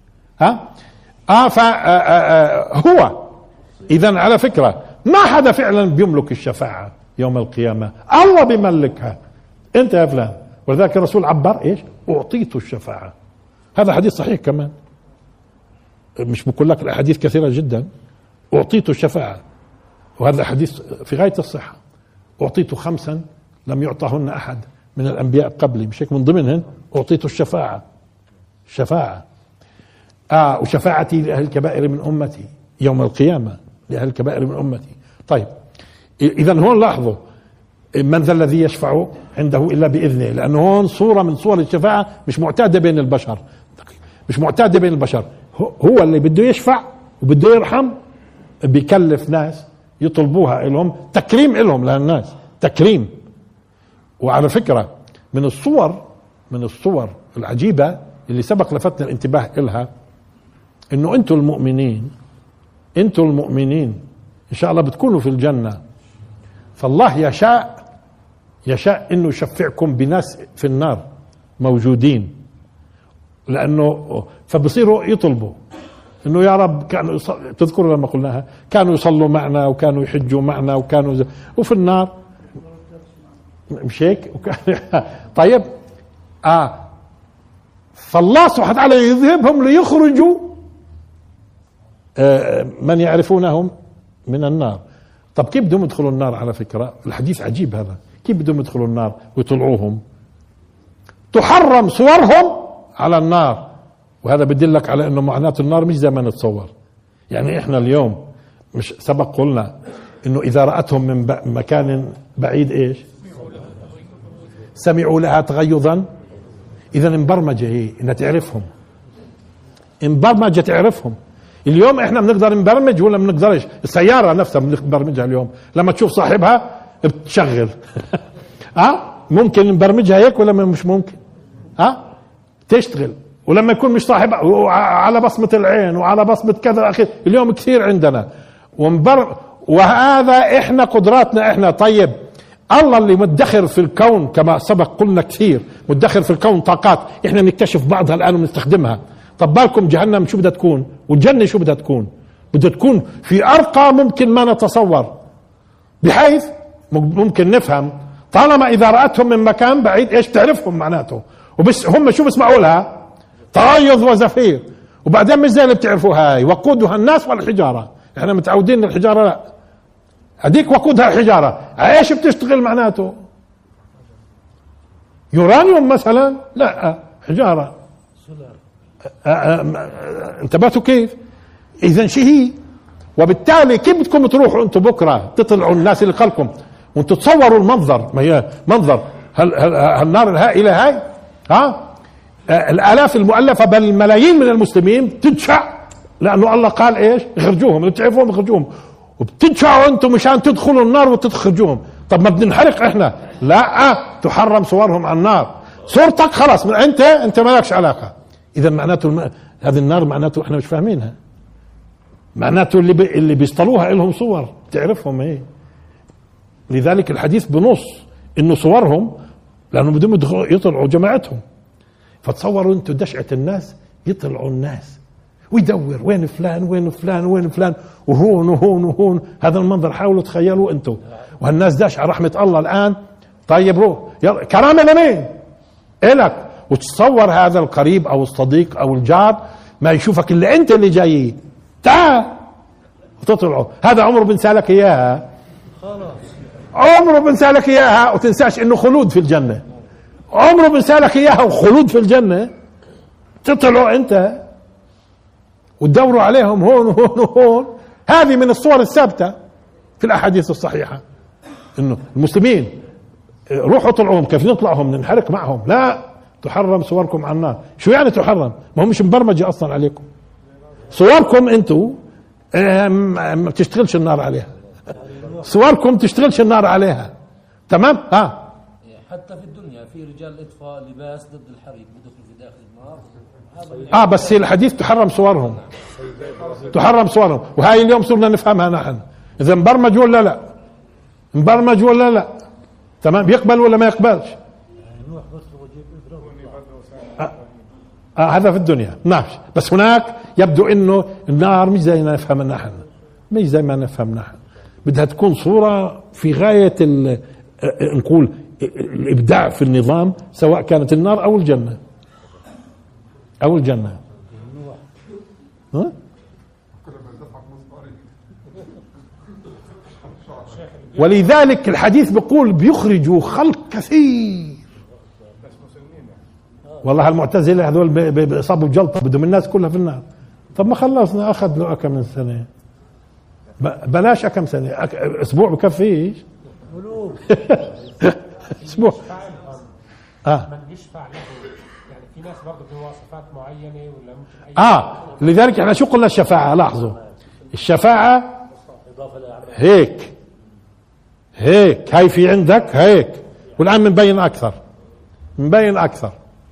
هو اذا على فكرة ما حدا فعلا بيملك الشفاعة يوم القيامة، الله بيملكها. انت يا فلان. ولذلك الرسول عبر ايش؟ اعطيت الشفاعة. هذا حديث صحيح كمان، مش بقول لك الاحاديث كثيرة جدا. اعطيت الشفاعة، وهذا حديث في غاية الصحة. اعطيت 5 لم يعطهن احد من الانبياء قبلي، مش هيك من ضمنهن اعطيت الشفاعة. الشفاعة وشفاعتي لأهل الكبائر من أمتي يوم القيامة، لأهل الكبائر من أمتي. طيب إذا هون لاحظوا، من ذا الذي يشفع عنده إلا بإذنه، لأنه هون صورة من صور الشفاعة مش معتادة بين البشر، مش معتادة بين البشر. هو اللي بده يشفع وبده يرحم، بيكلف ناس يطلبوها لهم، تكريم لهم للناس، تكريم. وعلى فكرة من الصور العجيبة اللي سبق لفتنا الانتباه إلها، انه انتم المؤمنين ان شاء الله بتكونوا في الجنة، فالله يشاء انه يشفعكم بناس في النار موجودين، لانه فبصيروا يطلبوا انه يا رب. كانوا تذكروا لما قلناها، كانوا يصلوا معنا وكانوا يحجوا معنا وكانوا وفي النار مش هيك؟ طيب فالله سبحانه وتعالى يذهبهم ليخرجوا من يعرفونهم من النار. طب كيف بدهم يدخلوا النار؟ على فكرة الحديث عجيب هذا. كيف بدهم يدخلوا النار ويطلعوهم؟ تحرم صورهم على النار. وهذا بدلك على انه معاناة النار مش زي ما نتصور. يعني احنا اليوم مش سبق قلنا انه اذا رأتهم من مكان بعيد ايش؟ سمعوا لها تغيظا. اذا مبرمجة هي انها تعرفهم، مبرمجة تعرفهم. اليوم احنا بنقدر نبرمج ولا ما بنقدرش؟ السيارة نفسها بنبرمجها اليوم، لما تشوف صاحبها بتشغل. ممكن نبرمجها هيك ولا مش ممكن؟ تشتغل. ولما يكون مش صاحبها على بصمة العين وعلى بصمة كذا اخي، اليوم كثير عندنا وهذا احنا قدراتنا احنا. طيب الله اللي مدخر في الكون كما سبق قلنا كثير، مدخر في الكون طاقات احنا نكتشف بعضها الان ونستخدمها. طب بالكم جهنم شو بدها تكون؟ والجنة شو بدها تكون؟ بدها تكون في ارقى ممكن ما نتصور، بحيث ممكن نفهم طالما اذا رأتهم من مكان بعيد ايش بتعرفهم معناته. وبس هم شو بيسمعوا لها؟ تغيظ وزفير. وبعدين مش زي اللي بتعرفوا هاي وقودها الناس والحجارة. احنا متعودين الحجارة، لا، هديك وقودها الحجارة. ايش بتشتغل معناته؟ يورانيوم مثلا؟ لا، حجارة. انتبهتوا كيف؟ اذا شي هي. وبالتالي كيف بدكم تروحوا انتم بكره تطلعوا الناس اللي خلقكم وانتم تصوروا المنظر؟ ما هي منظر هالنار الهائله هاي. الالاف المؤلفه بل الملايين من المسلمين تدشع، لانه الله قال ايش؟ اخرجوهم، اللي تعرفوهم اخرجوهم. وبتدشعوا انتم مشان تدخلوا النار وتخرجوهم. طب ما بننحرق احنا. لا، تحرم صورهم على النار. صورتك خلاص، من انت مالكش علاقه. اذا معناته هذه النار معناته احنا مش فاهمينها، معناته اللي بيصطلوها لهم صور تعرفهم ايه. لذلك الحديث بنص انه صورهم لانهم بدهم يطلعوا جماعتهم. فتصوروا انتم دشعه الناس، يطلعوا الناس ويدور وين فلان وين فلان وين فلان وهون وهون وهون. هذا المنظر حاولوا تخيلوا انتم، وهالناس داشعه رحمه الله الان. طيب روح يلا، كرامه لمين؟ الك. وتصور هذا القريب او الصديق او الجار ما يشوفك الا انت اللي جاي، تعال وتطلعوا. هذا عمره بنسالك اياها، عمره بنسالك اياها. وتنساش انه خلود في الجنه، عمره بنسالك اياها وخلود في الجنه. تطلعوا انت وتدوروا عليهم هون وهون وهون. هذه من الصور الثابته في الاحاديث الصحيحه انه المسلمين روحوا طلعوهم. كيف نطلعهم؟ ننحرق معهم؟ لا، تحرم صوركم على النار. شو يعني تحرم؟ ما هو مش مبرمجه اصلا عليكم. صوركم انتم ما بتشتغلش النار عليها، صوركم تشتغلش النار عليها. تمام. حتى في الدنيا في رجال اطفاء لباس ضد الحريق بدخل في داخل النار. بس الحديث تحرم صورهم، تحرم صورهم. وهاي اليوم صرنا نفهمها نحن. اذا مبرمج ولا لا، مبرمج ولا لا، تمام، يقبل ولا ما يقبلش. هذا في الدنيا. نعم. بس هناك يبدو انه النار مش زي ما نفهم نحن، مش زي ما نفهم نحن. بدها تكون صورة في غاية نقول الابداع في النظام، سواء كانت النار او الجنة او الجنة. ولذلك الحديث بيقول بيخرجوا خلق كثير. والله المعتزلة هذول بيصابوا بجلطة، بدهم الناس كلها في النار. طب ما خلصنا، اخذ له كم من سنة، بلاش كم سنة، اسبوع بكفيش. اسبوع من يشفع له، يعني في ناس برضه بمواصفات معينة ولا ممكن لذلك احنا شو قلنا الشفاعة؟ لاحظوا الشفاعة هيك هاي في عندك هيك، والآن منبين أكثر، منبين أكثر.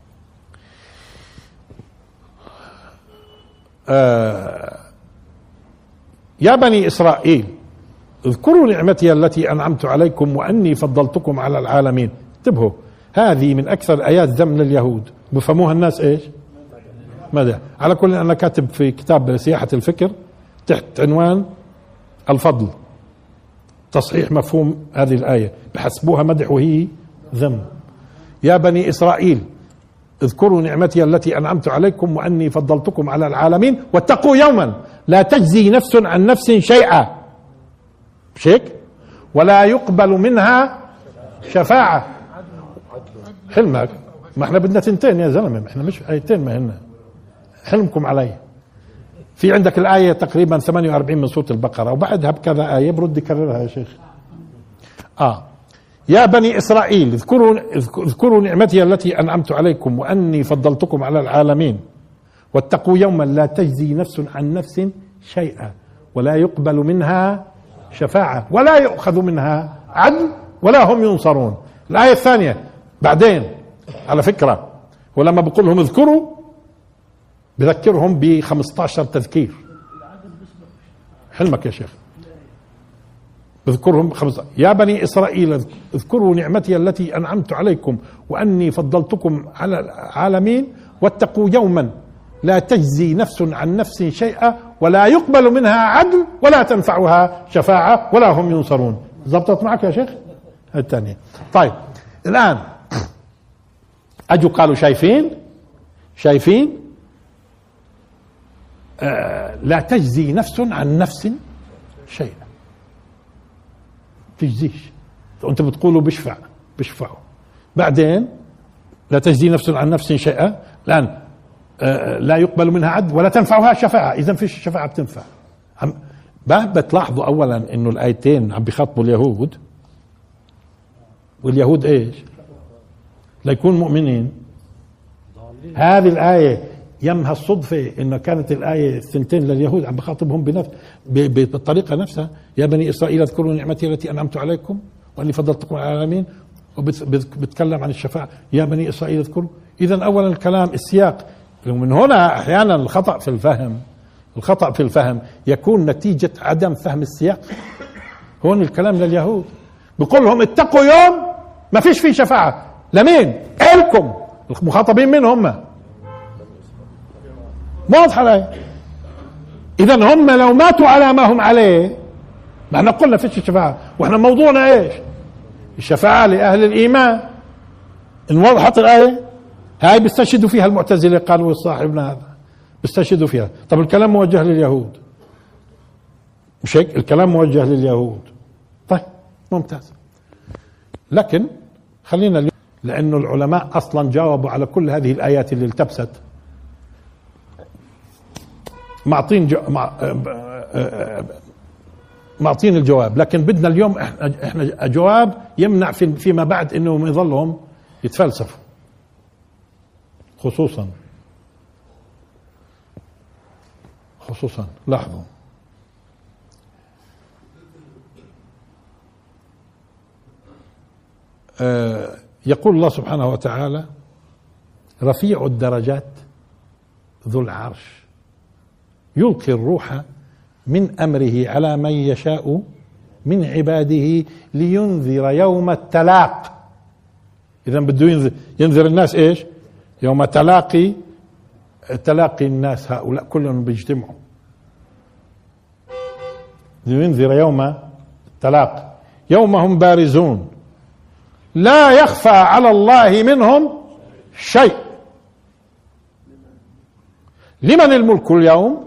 يا بني إسرائيل اذكروا نعمتي التي أنعمت عليكم وأني فضلتكم على العالمين. انتبهوا، هذه من أكثر آيات ذم لليهود، بفهموها الناس إيش؟ ماذا؟ على كل أنا كاتب في كتاب سياحة الفكر تحت عنوان الفضل تصحيح مفهوم هذه الآية، بحسبوها مدح وهي ذم. يا بني إسرائيل اذكروا نعمتي التي أنعمت عليكم وأني فضلتكم على العالمين واتقوا يوما لا تجزي نفس عن نفس شيئا، مش هيك؟ ولا يقبل منها شفاعة. حلمك، ما احنا بدنا تنتين يا زلمة، احنا مش آيتين، ما هن حلمكم علي. في عندك الآية تقريبا 48 من سورة البقرة، وبعدها بكذا آية برد يكررها يا شيخ. يا بني إسرائيل اذكروا نعمتي التي أنعمت عليكم وأني فضلتكم على العالمين واتقوا يوما لا تجزي نفس عن نفس شيئا ولا يقبل منها شفاعة ولا يؤخذ منها عدل ولا هم ينصرون. الآية الثانية بعدين على فكرة، ولما بقول لهم اذكروا بذكرهم ب15 تذكير. حلمك يا شيخ، اذكرهم 15. يا بني إسرائيل اذكروا نعمتي التي أنعمت عليكم وأني فضلتكم على العالمين واتقوا يوما لا تجزي نفس عن نفس شيئا ولا يقبل منها عدل ولا تنفعها شفاعة ولا هم ينصرون. زبطت معك يا شيخ؟ الثانية. طيب الآن أجوا قالوا شايفين لا تجزي نفس عن نفس شيئا، تجزيش. انت بتقولوا بيشفعوا، بعدين لا تجزي نفس عن نفس شيئا، الآن لا يقبل منها عدل ولا تنفعها شفاعة. إذا فيش شفاعة بتنفع. بتلاحظوا أولا إنه الآيتين عم بيخاطبوا اليهود، واليهود إيش؟ ليكون مؤمنين. هذه الآية يمها الصدفة إنه كانت الآية الثنتين لليهود عم بخاطبهم بالطريقة نفسها. يا بني إسرائيل اذكروا نعمتي التي أنعمت عليكم واني فضلتكم على العالمين، وبتكلم عن الشفاعة يا بني اسرائيل اذكروا. اذا اولا الكلام السياق، ومن هنا احيانا الخطأ في الفهم يكون نتيجة عدم فهم السياق. هون الكلام لليهود، بيقول لهم اتقوا يوم ما فيش فيه شفاعة. لمين؟ إلكم. المخاطبين من هم؟ واضحة الآية. إذا هم لو ماتوا على ما هم عليه، ما احنا قلنا فيش شفاعة، واحنا موضوعنا ايش؟ الشفاعة لأهل الإيمان. إن وضحت الآية هاي بيستشهدوا فيها المعتزلة، قالوا صاحبنا هذا بيستشهدوا فيها. طب الكلام موجه لليهود، مش هيك؟ الكلام موجه لليهود. طيب ممتاز. لكن خلينا اليوم، لأنه العلماء أصلا جاوبوا على كل هذه الآيات اللي التبست، معطين الجواب. لكن بدنا اليوم احنا جواب يمنع فيما بعد انهم يظلهم يتفلسفوا. خصوصا لاحظوا، يقول الله سبحانه وتعالى رفيع الدرجات ذو العرش يلقي الروح من أمره على من يشاء من عباده لينذر يوم التلاق. إذا بده ينذر الناس إيش؟ يوم تلاقي الناس، هؤلاء كلهم بيجتمعوا، لينذر يوم التلاق يوم هم بارزون لا يخفى على الله منهم شيء. لمن الملك اليوم؟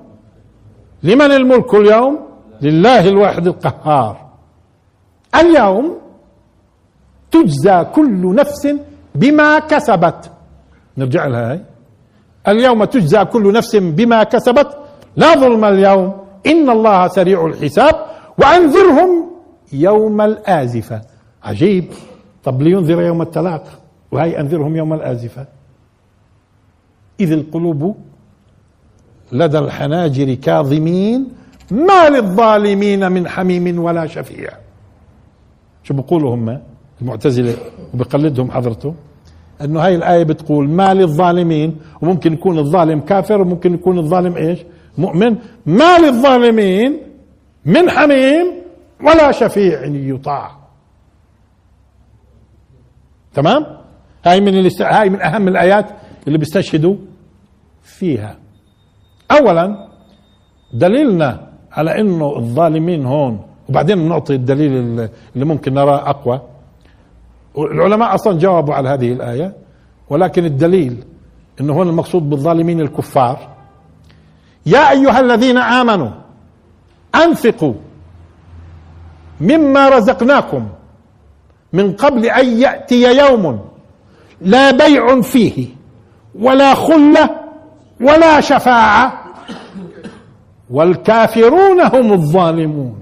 لله الواحد القهار. اليوم تجزى كل نفس بما كسبت. نرجع لها هاي. اليوم تجزى كل نفس بما كسبت لا ظلم اليوم إن الله سريع الحساب وأنذرهم يوم الآزفة. عجيب. طب لينذر يوم التلاق، وهي أنذرهم يوم الآزفة. إذ القلوب لدى الحناجر كاظمين ما للظالمين من حميم ولا شفيع. شو بيقولوا هم المعتزلة وبقلدهم حضرته؟ انه هاي الآية بتقول ما للظالمين، وممكن يكون الظالم كافر وممكن يكون الظالم ايش؟ مؤمن. ما للظالمين من حميم ولا شفيع يطاع. تمام؟ هاي من اهم الآيات اللي بيستشهدوا فيها. اولا دليلنا على انه الظالمين هون، وبعدين نعطي الدليل اللي ممكن نراه اقوى. العلماء اصلا جاوبوا على هذه الآية، ولكن الدليل انه هون المقصود بالظالمين الكفار. يا ايها الذين امنوا انفقوا مما رزقناكم من قبل ان يأتي يوم لا بيع فيه ولا خلة ولا شفاعة والكافرون هم الظالمون.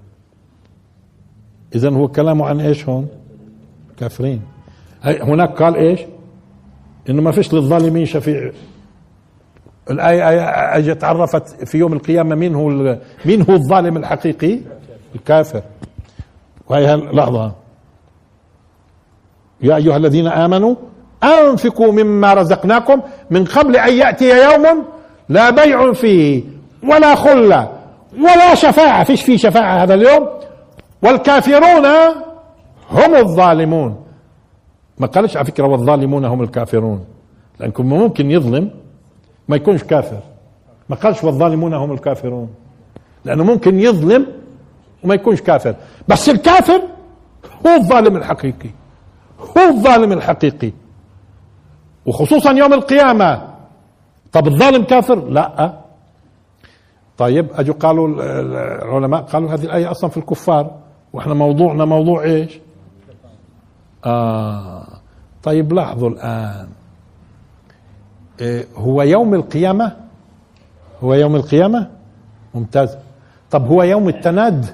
إذن هو كلامه عن ايش هون؟ كافرين. هناك قال ايش؟ انه ما فيش للظالمين شفيع. الآية اجت عرفت في يوم القيامة مين هو الظالم الحقيقي؟ الكافر. وهي لحظة. يا أيها الذين آمنوا أنفقوا مما رزقناكم من قبل أن يأتي يوم لا بيع فيه ولا خلة ولا شفاعة. فيش فيه شفاعة هذا اليوم. والكافرون هم الظالمون. ما قالش على فكرة والظالمون هم الكافرون، لأنكم ممكن يظلم ما يكونش كافر. ما قالش والظالمون هم الكافرون، لأنه ممكن يظلم وما يكونش كافر. بس الكافر هو الظالم الحقيقي، هو الظالم الحقيقي، وخصوصا يوم القيامة. طب الظالم كافر؟ لا. طيب اجوا قالوا العلماء قالوا هذه الآية اصلا في الكفار، واحنا موضوعنا موضوع ايش؟ طيب لاحظوا الآن، هو يوم القيامة؟ هو يوم القيامة؟ ممتاز. طب هو يوم التناد؟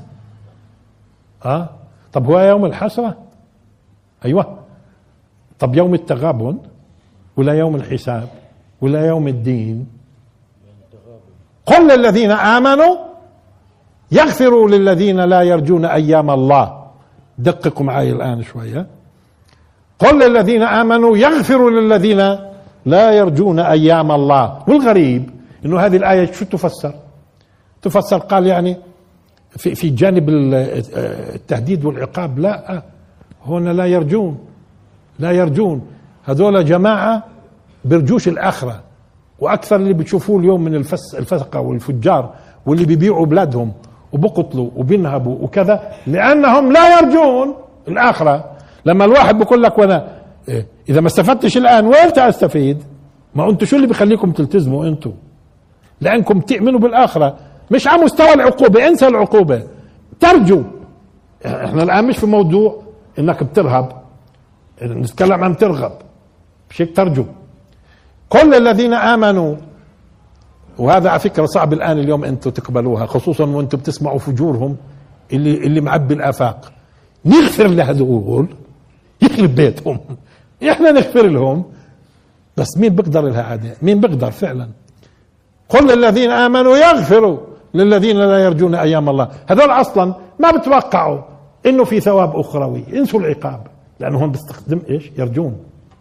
طب هو يوم الحسرة؟ ايوه. طب يوم التغابن ولا يوم الحساب ولا يوم الدين؟ قل للذين آمنوا يغفروا للذين لا يرجون أيام الله دققوا معي الآن شوية. قل للذين آمنوا يغفروا للذين لا يرجون أيام الله. والغريب إنه هذه الآية شو تفسر قال يعني في جانب التهديد والعقاب، لا هنا لا يرجون هذول جماعة بيرجوش الآخرة، وأكثر اللي بتشوفوه اليوم من الفسقة والفجار واللي بيبيعوا بلادهم وبقتلوا وبينهبوا وكذا لأنهم لا يرجون الآخرة. لما الواحد بيقول لك وانا إذا ما استفدتش الآن وين أستفيد؟ ما أنتوا شو اللي بيخليكم تلتزموا؟ أنتوا لأنكم تؤمنوا بالآخرة، مش على مستوى العقوبة، انسى العقوبة، ترجو. احنا الآن مش في موضوع انك بترهب، نتكلم عن ترغب، مش هيك ترجو. كل الذين آمنوا، وهذا على فكرة صعب الآن اليوم أنتم تقبلوها، خصوصا وأنتم بتسمعوا فجورهم اللي معبي الآفاق. نغفر لهذول يخرب بيتهم، احنا نغفر لهم، بس مين بيقدر لها عادة؟ مين بيقدر فعلا؟ قل الذين آمنوا يغفروا للذين لا يرجون أيام الله. هذول أصلا ما بتوقعوا إنه في ثواب أخروي، انسوا العقاب، لأنهم بيستخدم إيش؟ يرجون،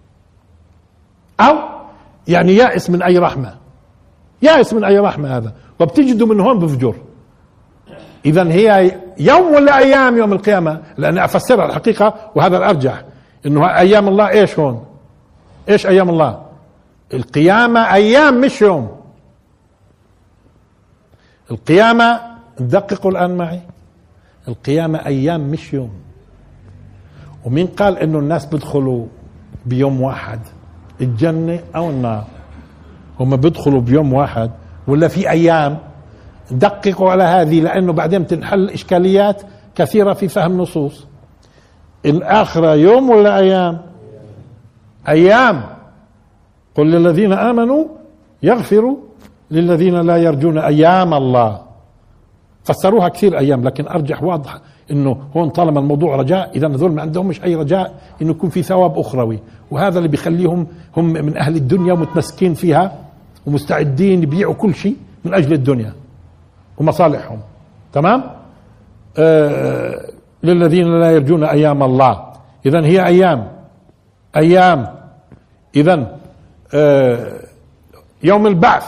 أو يعني يائس من أي رحمة، يائس من أي رحمة هذا، وبتجدوا من هون بفجر. إذن هي يوم ولا أيام يوم القيامة؟ لأن أفسرها الحقيقة وهذا الأرجح، إنه أيام الله إيش هون؟ إيش أيام الله؟ القيامة أيام مش يوم. القيامة، دققوا الآن معي، القيامة أيام مش يوم. ومين قال إنه الناس بيدخلوا بيوم واحد الجنة أو النار؟ هم بيدخلوا بيوم واحد ولا في أيام؟ دققوا على هذه، لأنه بعدين تنحل إشكاليات كثيرة في فهم نصوص. الآخرة يوم ولا أيام؟ أيام. قل للذين آمنوا يغفروا للذين لا يرجون أيام الله. فسروها كثير أيام، لكن أرجح واضح إنه هون طالما الموضوع رجاء، إذا هذول ما عندهم مش أي رجاء إنه يكون في ثواب أخروي، وهذا اللي بيخليهم هم من أهل الدنيا ومتمسكين فيها ومستعدين يبيعوا كل شيء من أجل الدنيا ومصالحهم. تمام؟ للذين لا يرجون أيام الله. إذن هي أيام. إذن يوم البعث،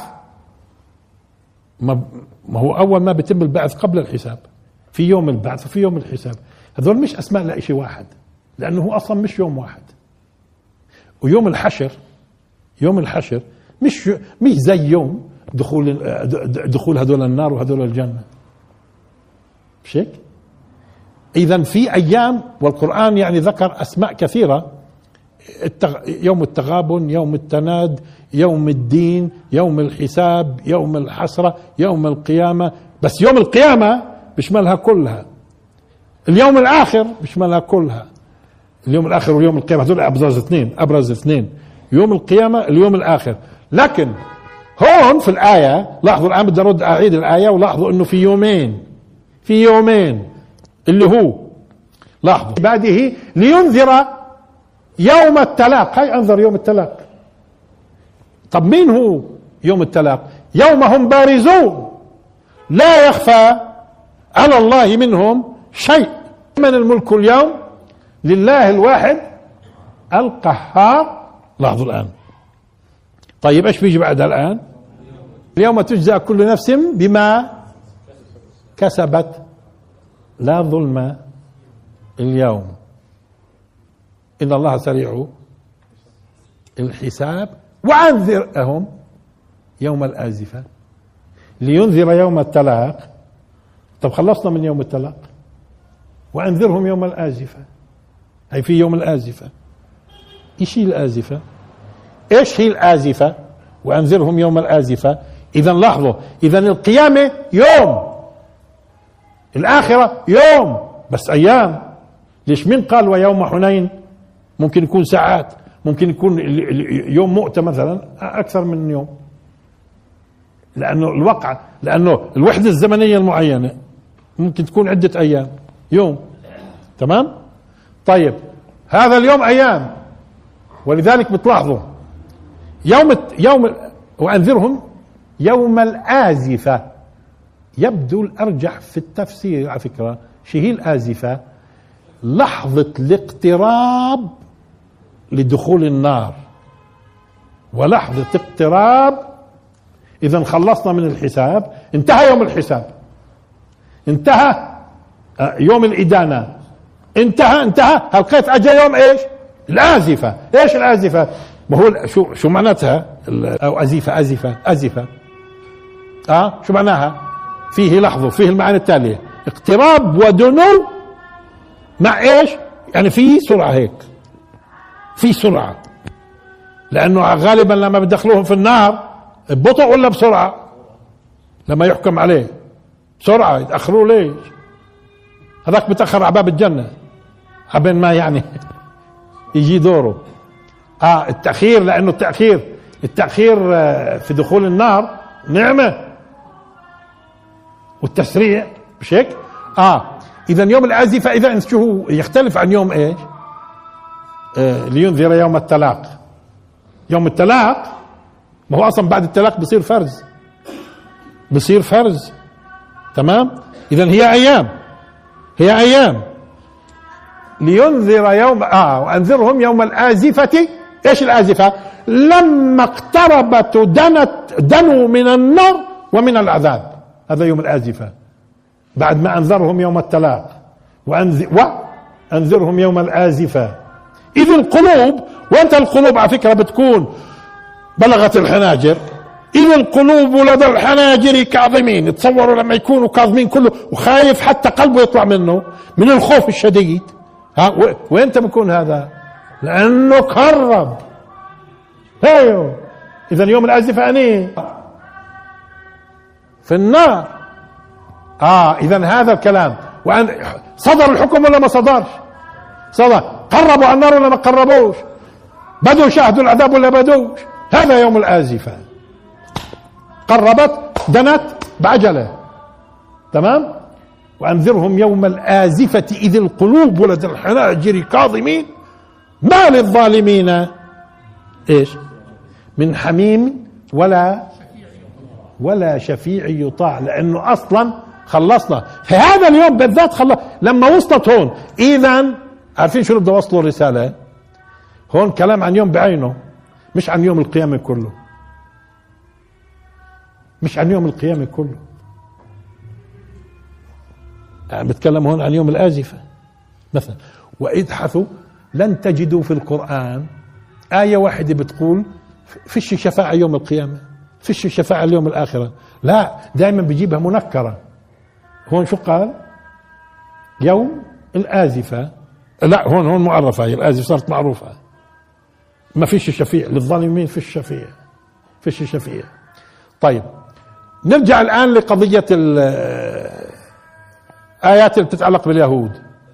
ما هو أول ما بيتم البعث قبل الحساب، في يوم البعث وفي يوم الحساب. هذول مش أسماء لشيء واحد، لأنه هو أصلا مش يوم واحد. ويوم الحشر مش زي يوم دخول هذول النار وهذول الجنة، مش هيك؟ إذن في أيام، والقرآن يعني ذكر أسماء كثيرة: يوم التغابن، يوم التناد، يوم الدين، يوم الحساب، يوم الحسرة، يوم القيامة. بس يوم القيامة بيشملها كلها، اليوم الآخر بيشملها كلها. اليوم الآخر واليوم القيامة هذول أبرز اثنين، يوم القيامة اليوم الآخر. لكن هون في الآية لاحظوا الآن، بدي أرد أعيد الآية، ولاحظوا إنه في يومين اللي هو لاحظوا بعده لينذر يوم التلاق. هاي أنذر يوم التلاق. طب مين هو يوم التلاق؟ يوم هم بارزون لا يخفى على الله منهم شيء. من الملك اليوم لله الواحد القهار. لاحظوا الآن. طيب ايش بيجي بعدها الآن؟ اليوم تجزى كل نفس بما كسبت لا ظلم اليوم إن الله سريع الحساب. وأنذرهم يوم الآزفة لينذر يوم التلاق. طب خلصنا من يوم التلاق، وأنذرهم يوم الآزفة. هي في يوم الآزفة. إيش هي الآزفة؟ إيش هي الآزفة؟ وأنذرهم يوم الآزفة. إذا لاحظوا، إذا القيامة يوم، الآخرة يوم، بس أيام. ليش؟ من قال ويوم حنين؟ ممكن يكون ساعات، ممكن يكون يوم مؤتة مثلا أكثر من يوم، لأنه الوحدة الزمنية المعينة ممكن تكون عدة أيام، يوم. تمام؟ طيب هذا اليوم أيام، ولذلك بتلاحظوا يوم وأنذرهم يوم الآزفة. يبدو الأرجح في التفسير على فكرة شيء هي الآزفة، لحظة الاقتراب لدخول النار ولحظة اقتراب. إذا خلصنا من الحساب، انتهى يوم الحساب، انتهى يوم الإدانة، انتهى. هلقيت أجا يوم إيش؟ الآزفة. إيش الآزفة؟ ما هو شو معناتها؟ أو أزفة شو معناها؟ فيه لحظة، فيه المعاني التالية: اقتراب ودنو مع إيش؟ يعني في سرعة، هيك في سرعة، لأنه غالبا لما بدخلوهم في النار ببطء ولا بسرعة؟ لما يحكم عليه بسرعة، يتأخروا ليش؟ هذاك بتأخر على باب الجنة عبين ما يعني يجي دوره. التأخير، لأنه التأخير في دخول النار نعمة، والتسريع مش هيك؟ إذا يوم الآزفة إذا شو هو يختلف عن يوم إيش؟ لينذر يوم التلاق. يوم التلاق ما هو أصلا بعد التلاق بصير فرز، تمام؟ إذا هي أيام لينذر يوم وأنذرهم يوم الآزفة. إيش الآزفة؟ لما اقتربت دنوا من النار ومن العذاب، هذا يوم الآزفة. بعد ما أنذرهم يوم التلاق وأنذرهم يوم الآزفة. إذ القلوب، وأنت القلوب على فكرة بتكون بلغت الحناجر. إذ القلوب لدى الحناجر كاظمين. تصوروا لما يكونوا كاظمين كله وخايف حتى قلبه يطلع منه من الخوف الشديد. وين بكون هذا؟ لأنه قرب. ايوه. إذا يوم الآزفة في النار. إذا هذا الكلام. صدر الحكم ولا ما صدرش؟ صدر. قربوا على النار ولا ما قربوش؟ بدوا شاهدوا العذاب ولا بدوش؟ هذا يوم الآزفة. قربت، دنت بعجلة، تمام؟ وأنذرهم يوم الآزفة إذ القلوب لدى الحناجر كاظمين ما للظالمين إيش؟ من حميم ولا شفيع يطاع. لأنه أصلا خلصنا في هذا اليوم بالذات. لما وصلت هون، إذا عارفين شو بدي وصلوا الرسالة؟ هون كلام عن يوم بعينه، مش عن يوم القيامة كله، مش عن يوم القيامة كله. يعني بتكلم هون عن يوم الآزفة مثلا. وابحثوا لن تجدوا في القرآن آية واحدة بتقول فيش شفاعة يوم القيامة، فيش شفاعة اليوم الآخرة. لا، دائما بيجيبها منكرة. هون شو قال؟ يوم الآزفة. لا، هون معرفة، هي الآزفة صارت معروفة. ما فيش شفيع للظالمين، فيش شفيع. طيب نرجع الآن لقضية الآيات اللي بتتعلق باليهود.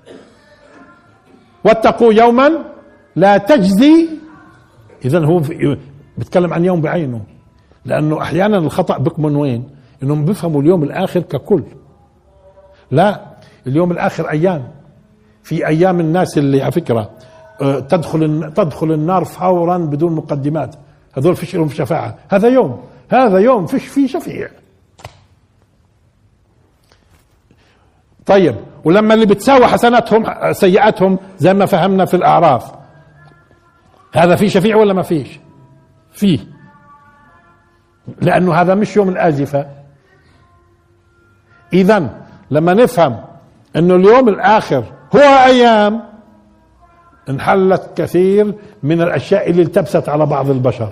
واتقوا يوما لا تجزي. إذن هو بيتكلم عن يوم بعينه، لأنه أحيانا الخطأ بكمن وين؟ إنهم بيفهموا اليوم الآخر ككل. لا، اليوم الآخر أيام. في أيام الناس اللي على فكرة تدخل النار فورا بدون مقدمات، هذول فيش لهم شفاعة. هذا يوم فيش فيه شفيع. طيب، ولما اللي بتساوي حسناتهم سيئاتهم زي ما فهمنا في الأعراف، هذا فيه شفيع ولا ما فيش؟ فيه، لأنه هذا مش يوم الآزفة. إذن لما نفهم أنه اليوم الآخر هو أيام، انحلت كثير من الأشياء اللي التبست على بعض البشر.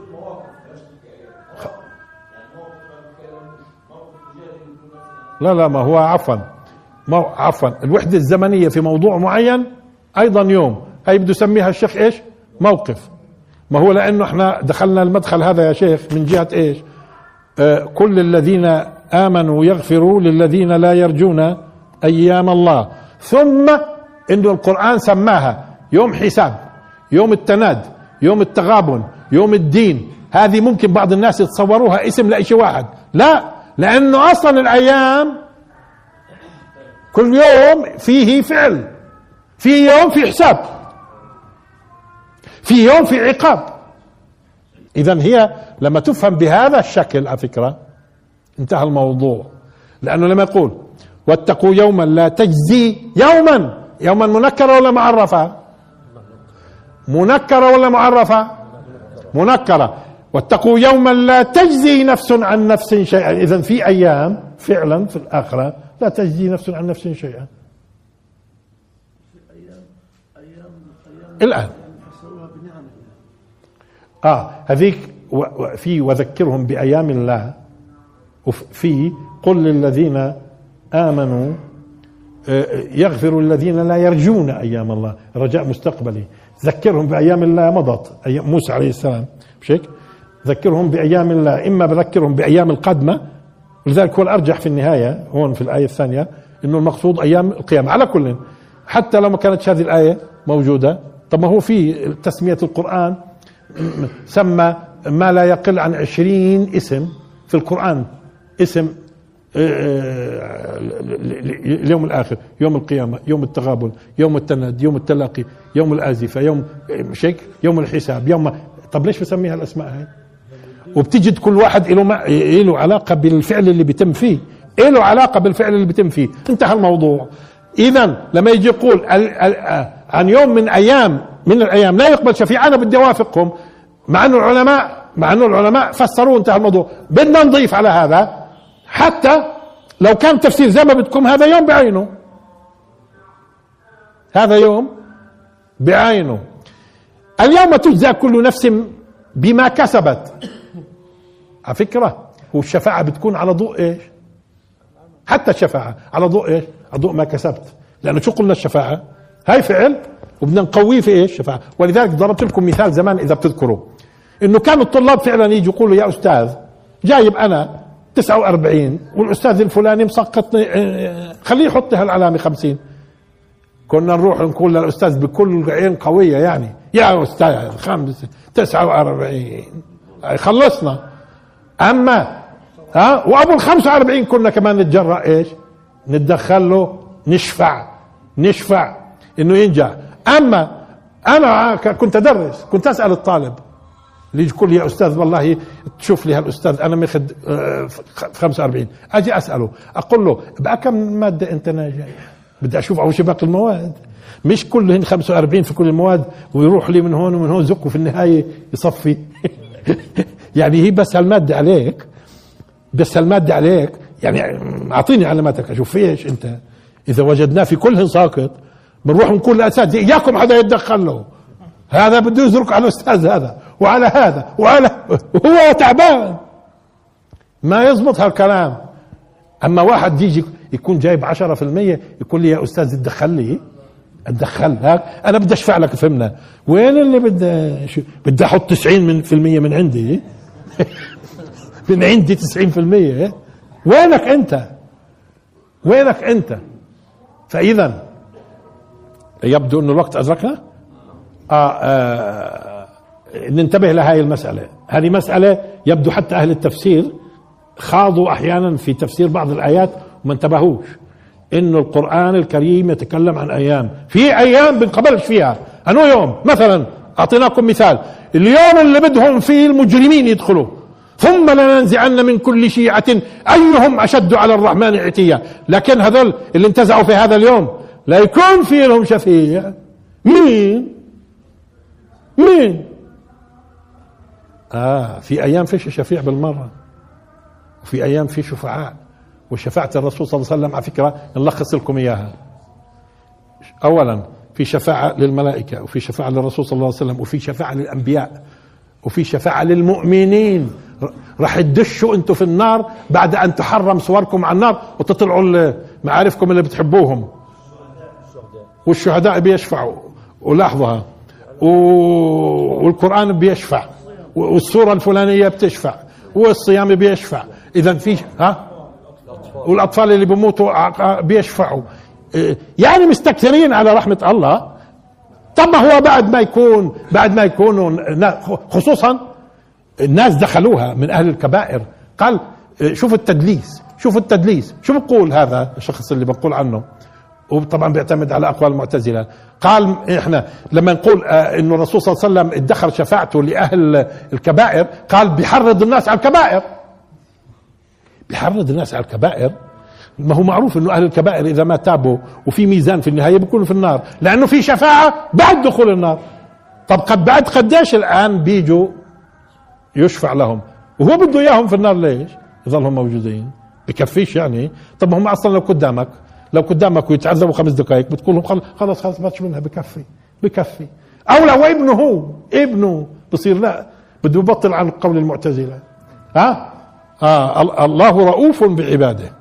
لا، ما هو عفوا الوحدة الزمنية في موضوع معين أيضا يوم، هي بده يسميها الشيخ إيش؟ موقف. ما هو لأنه احنا دخلنا المدخل هذا يا شيخ من جهة إيش؟ كل الذين آمنوا يغفروا للذين لا يرجون أيام الله. ثم إنه القرآن سماها يوم حساب، يوم التناد، يوم التغابن، يوم الدين. هذه ممكن بعض الناس يتصوروها اسم لشيء واحد. لا، لأنه أصلا الأيام كل يوم فيه فعل، في يوم في حساب، في يوم في عقاب. إذن هي لما تفهم بهذا الشكل على فكرة انتهى الموضوع. لأنه لما يقول واتقوا يوما لا تجزي، يوما يوما منكرة ولا معرفة؟ منكرة ولا معرفة؟ منكرة. واتقوا يوما لا تجزي نفس عن نفس شيئا. إذن في أيام فعلا في الآخرة لا تجزي نفس عن نفس شيئا. الآن هذيك في وذكرهم بأيام الله، وفي قل للذين آمنوا يغفر الذين لا يرجون أيام الله، رجاء مستقبلي. ذكرهم بأيام الله مضت، أيام موسى عليه السلام، مش هيك؟ ذكرهم بأيام الله، إما بذكرهم بأيام القادمة، ولذلك هو الأرجح في النهاية هون في الآية الثانية إنه المقصود أيام القيامة. على كل، حتى لو ما كانت هذه الآية موجودة، طب ما هو في تسمية القرآن سمى ما لا يقل عن 20 اسم في القرآن، اسم اليوم الآخر، يوم القيامة، يوم التغابن، يوم التناد، يوم التلاقي، يوم الآزفة، يوم شيك، يوم الحساب، يوم. طب ليش بسميها الأسماء هاي؟ وبتجد كل واحد له علاقة بالفعل اللي بيتم فيه، له علاقة بالفعل اللي بيتم فيه، انتهى الموضوع. إذن لما يجي يقول عن يوم من الأيام لا يقبل شفيع، أنا بدي أوافقهم، مع أنه العلماء فسروا انتهى الموضوع. بدنا نضيف على هذا، حتى لو كان تفسير زي ما بدكم، هذا يوم بعينه، هذا يوم بعينه. اليوم تجزى كل نفس بما كسبت. على فكرة هو الشفاعة بتكون على ضوء ايش؟ حتى الشفاعة على ضوء ايش؟ على ضوء ما كسبت. لأنه شو قلنا؟ الشفاعة هاي فعل وبدنا نقويه في ايش؟ شفاعة. ولذلك ضربت لكم مثال زمان إذا بتذكروا، إنه كانوا الطلاب فعلا يجوا يقولوا يا أستاذ جايب أنا 49 والأستاذ الفلاني مسقطني، خليه يحط هالعلامة 50. كنا نروح نقول للأستاذ بكل عين قوية يعني يا أستاذ 49 خلصنا. أما وأبو 45 كنا كمان نتجرأ ايش؟ نتدخل له، نشفع إنه ينجح. أما أنا كنت أدرس، كنت أسأل الطالب اللي يقول لي يا أستاذ والله تشوف لي هالأستاذ أنا ماخذ 45، أجي أسأله أقول له بقى كم مادة أنت ناجح؟ بدي أشوف أول شيء باقي المواد، مش كلهن 45 في كل المواد ويروح لي من هون ومن هون زق وفي النهاية يصفي. يعني هي بس هالمادة عليك، يعني أعطيني علاماتك أشوف فيش أنت. إذا وجدناه في كلهن ساقط بنروح نقول للأساتذة إياكم حدا يتدخل له، هذا بده يزرق على الأستاذ هذا وعلى هذا وهو تعبان، ما يزبط هالكلام. أما واحد يجي يكون جايب 10% يقول لي يا أستاذ اتدخل هاك أنا بدي أشفع لك، فهمنا؟ وين اللي بدي أحط 90% من عندي؟ من عندي 90%. وينك أنت؟ فإذا يبدو أن الوقت أدركنا. ننتبه لهذه المسألة. هذه مسألة يبدو حتى أهل التفسير خاضوا أحيانا في تفسير بعض الآيات وما انتبهوش إنه القرآن الكريم يتكلم عن أيام، في أيام بنقبلش فيها. أنو يوم مثلا أعطيناكم مثال، اليوم اللي بدهم فيه المجرمين يدخلوا، ثم لننزعن من كل شيعة أيهم أشد على الرحمن عتيا. لكن هذول اللي انتزعوا في هذا اليوم لا يكون في لهم شفيع. مين؟ في أيام فيش شفيع بالمرة، وفي أيام في شفعاء. وشفاعة الرسول صلى الله عليه وسلم على فكرة نلخص لكم إياها. أولا في شفاعة للملائكة، وفي شفاعة للرسول صلى الله عليه وسلم، وفي شفاعة للأنبياء، وفي شفاعة للمؤمنين. راح تدشوا انتم في النار بعد أن تحرم صوركم على النار وتطلعوا معارفكم اللي بتحبوهم. والشهداء بيشفعوا، ولاحظها، والقرآن بيشفع، والسورة الفلانية بتشفع، والصيام بيشفع. إذا في والأطفال اللي بيموتوا بيشفعوا. يعني مستكثرين على رحمة الله. طب ما هو بعد ما يكونوا خصوصا الناس دخلوها من أهل الكبائر. قال شوفوا التدليس شو بقول هذا الشخص اللي بنقول عنه، وطبعا بيعتمد على أقوال المعتزلة. قال إحنا لما نقول إنه الرسول صلى الله عليه وسلم ادخر شفاعته لأهل الكبائر، قال بيحرض الناس على الكبائر، ما هو معروف انه اهل الكبائر اذا ما تابوا وفي ميزان في النهايه بيكونوا في النار، لانه في شفاعه بعد دخول النار. طب بعد قديش الان بيجوا يشفع لهم وهو بده اياهم في النار؟ ليش يظلهم موجودين؟ بكفيش يعني؟ طب هم اصلا لو قدامك ويتعذبوا 5 دقائق بتقول لهم خلص ما منها، بكفي. او لو ابنه بصير لا بده يبطل عن قول المعتزله. الله رؤوف بعباده،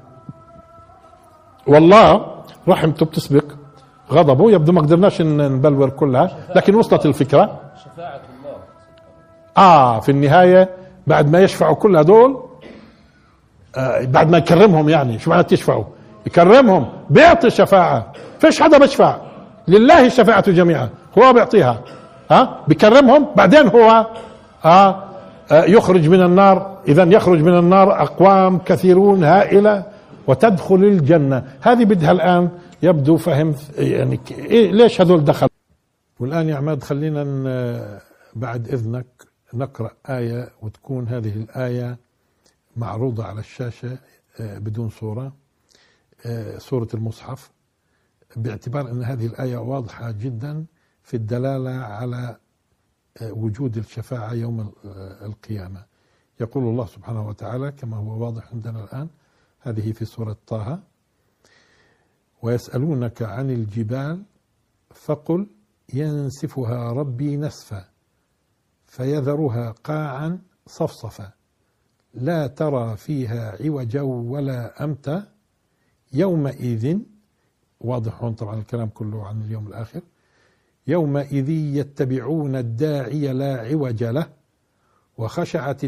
والله رحمته بتسبق غضبه. يبدو ما قدرناش نبلور كلها، لكن وصلت الفكره. شفاعة الله في النهايه بعد ما يشفعوا كل هدول، بعد ما يكرمهم، يعني شو معنى يشفعوا؟ يكرمهم، بيعطي الشفاعه. فيش حدا بيشفع، لله الشفاعه جميعا، هو بيعطيها. بيكرمهم، بعدين هو يخرج من النار. اذا يخرج من النار اقوام كثيرون هائله وتدخل الجنه. هذه بدها الان يبدو فهم يعني ليش هذول دخل. والان يا عماد خلينا بعد اذنك نقرا ايه، وتكون هذه الايه معروضه على الشاشه بدون صوره، سوره المصحف، باعتبار ان هذه الايه واضحه جدا في الدلاله على وجود الشفاعة يوم القيامة. يقول الله سبحانه وتعالى كما هو واضح عندنا الآن، هذه في سورة طه: ويسألونك عن الجبال فقل ينسفها ربي نسفا فيذرها قاعا صفصفا لا ترى فيها عوجا ولا أمتا يومئذ. واضح هون طبعا الكلام كله عن اليوم الآخر. يومئذ يتبعون الداعي لا عوج له وخشعت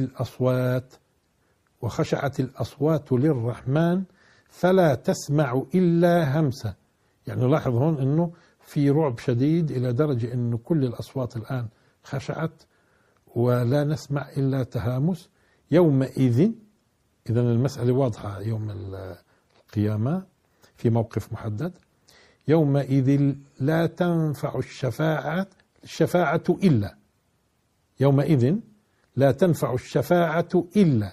الأصوات للرحمن فلا تسمع إلا همسا. يعني لاحظ هون أنه في رعب شديد إلى درجة أنه كل الأصوات الآن خشعت ولا نسمع إلا تهامس. يومئذ، إذن المسألة واضحة يوم القيامة في موقف محدد. يومئذ لا تنفع الشفاعة إلا، يومئذ لا تنفع الشفاعة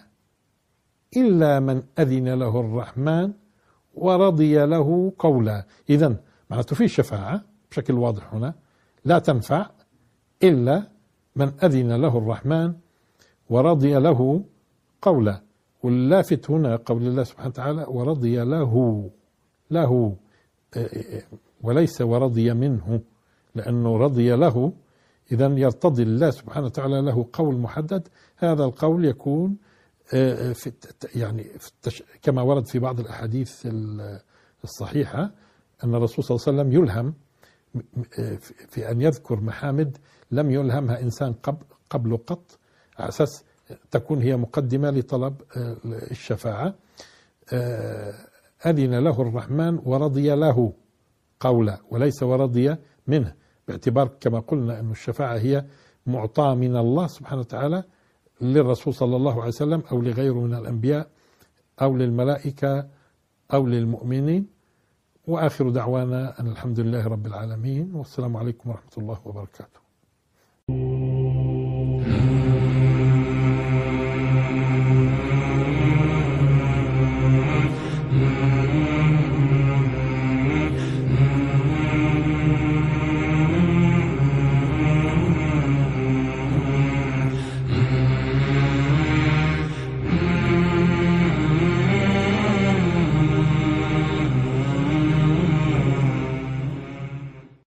إلا من أذن له الرحمن ورضي له قولا. إذن معناته في شفاعة بشكل واضح هنا لا تنفع إلا من أذن له الرحمن ورضي له قولا. واللافت هنا قول الله سبحانه وتعالى ورضي له وليس ورضي منه، لأنه رضي له إذن يرتضي الله سبحانه وتعالى له قول محدد. هذا القول يكون كما ورد في بعض الأحاديث الصحيحة أن الرسول صلى الله عليه وسلم يلهم في أن يذكر محامد لم يلهمها إنسان قبل قط، على أساس تكون هي مقدمة لطلب الشفاعة. أذن له الرحمن ورضي له قولا وليس ورضي منه، باعتبار كما قلنا أن الشفاعة هي معطاة من الله سبحانه وتعالى للرسول صلى الله عليه وسلم أو لغيره من الأنبياء أو للملائكة أو للمؤمنين. وآخر دعوانا أن الحمد لله رب العالمين، والسلام عليكم ورحمة الله وبركاته.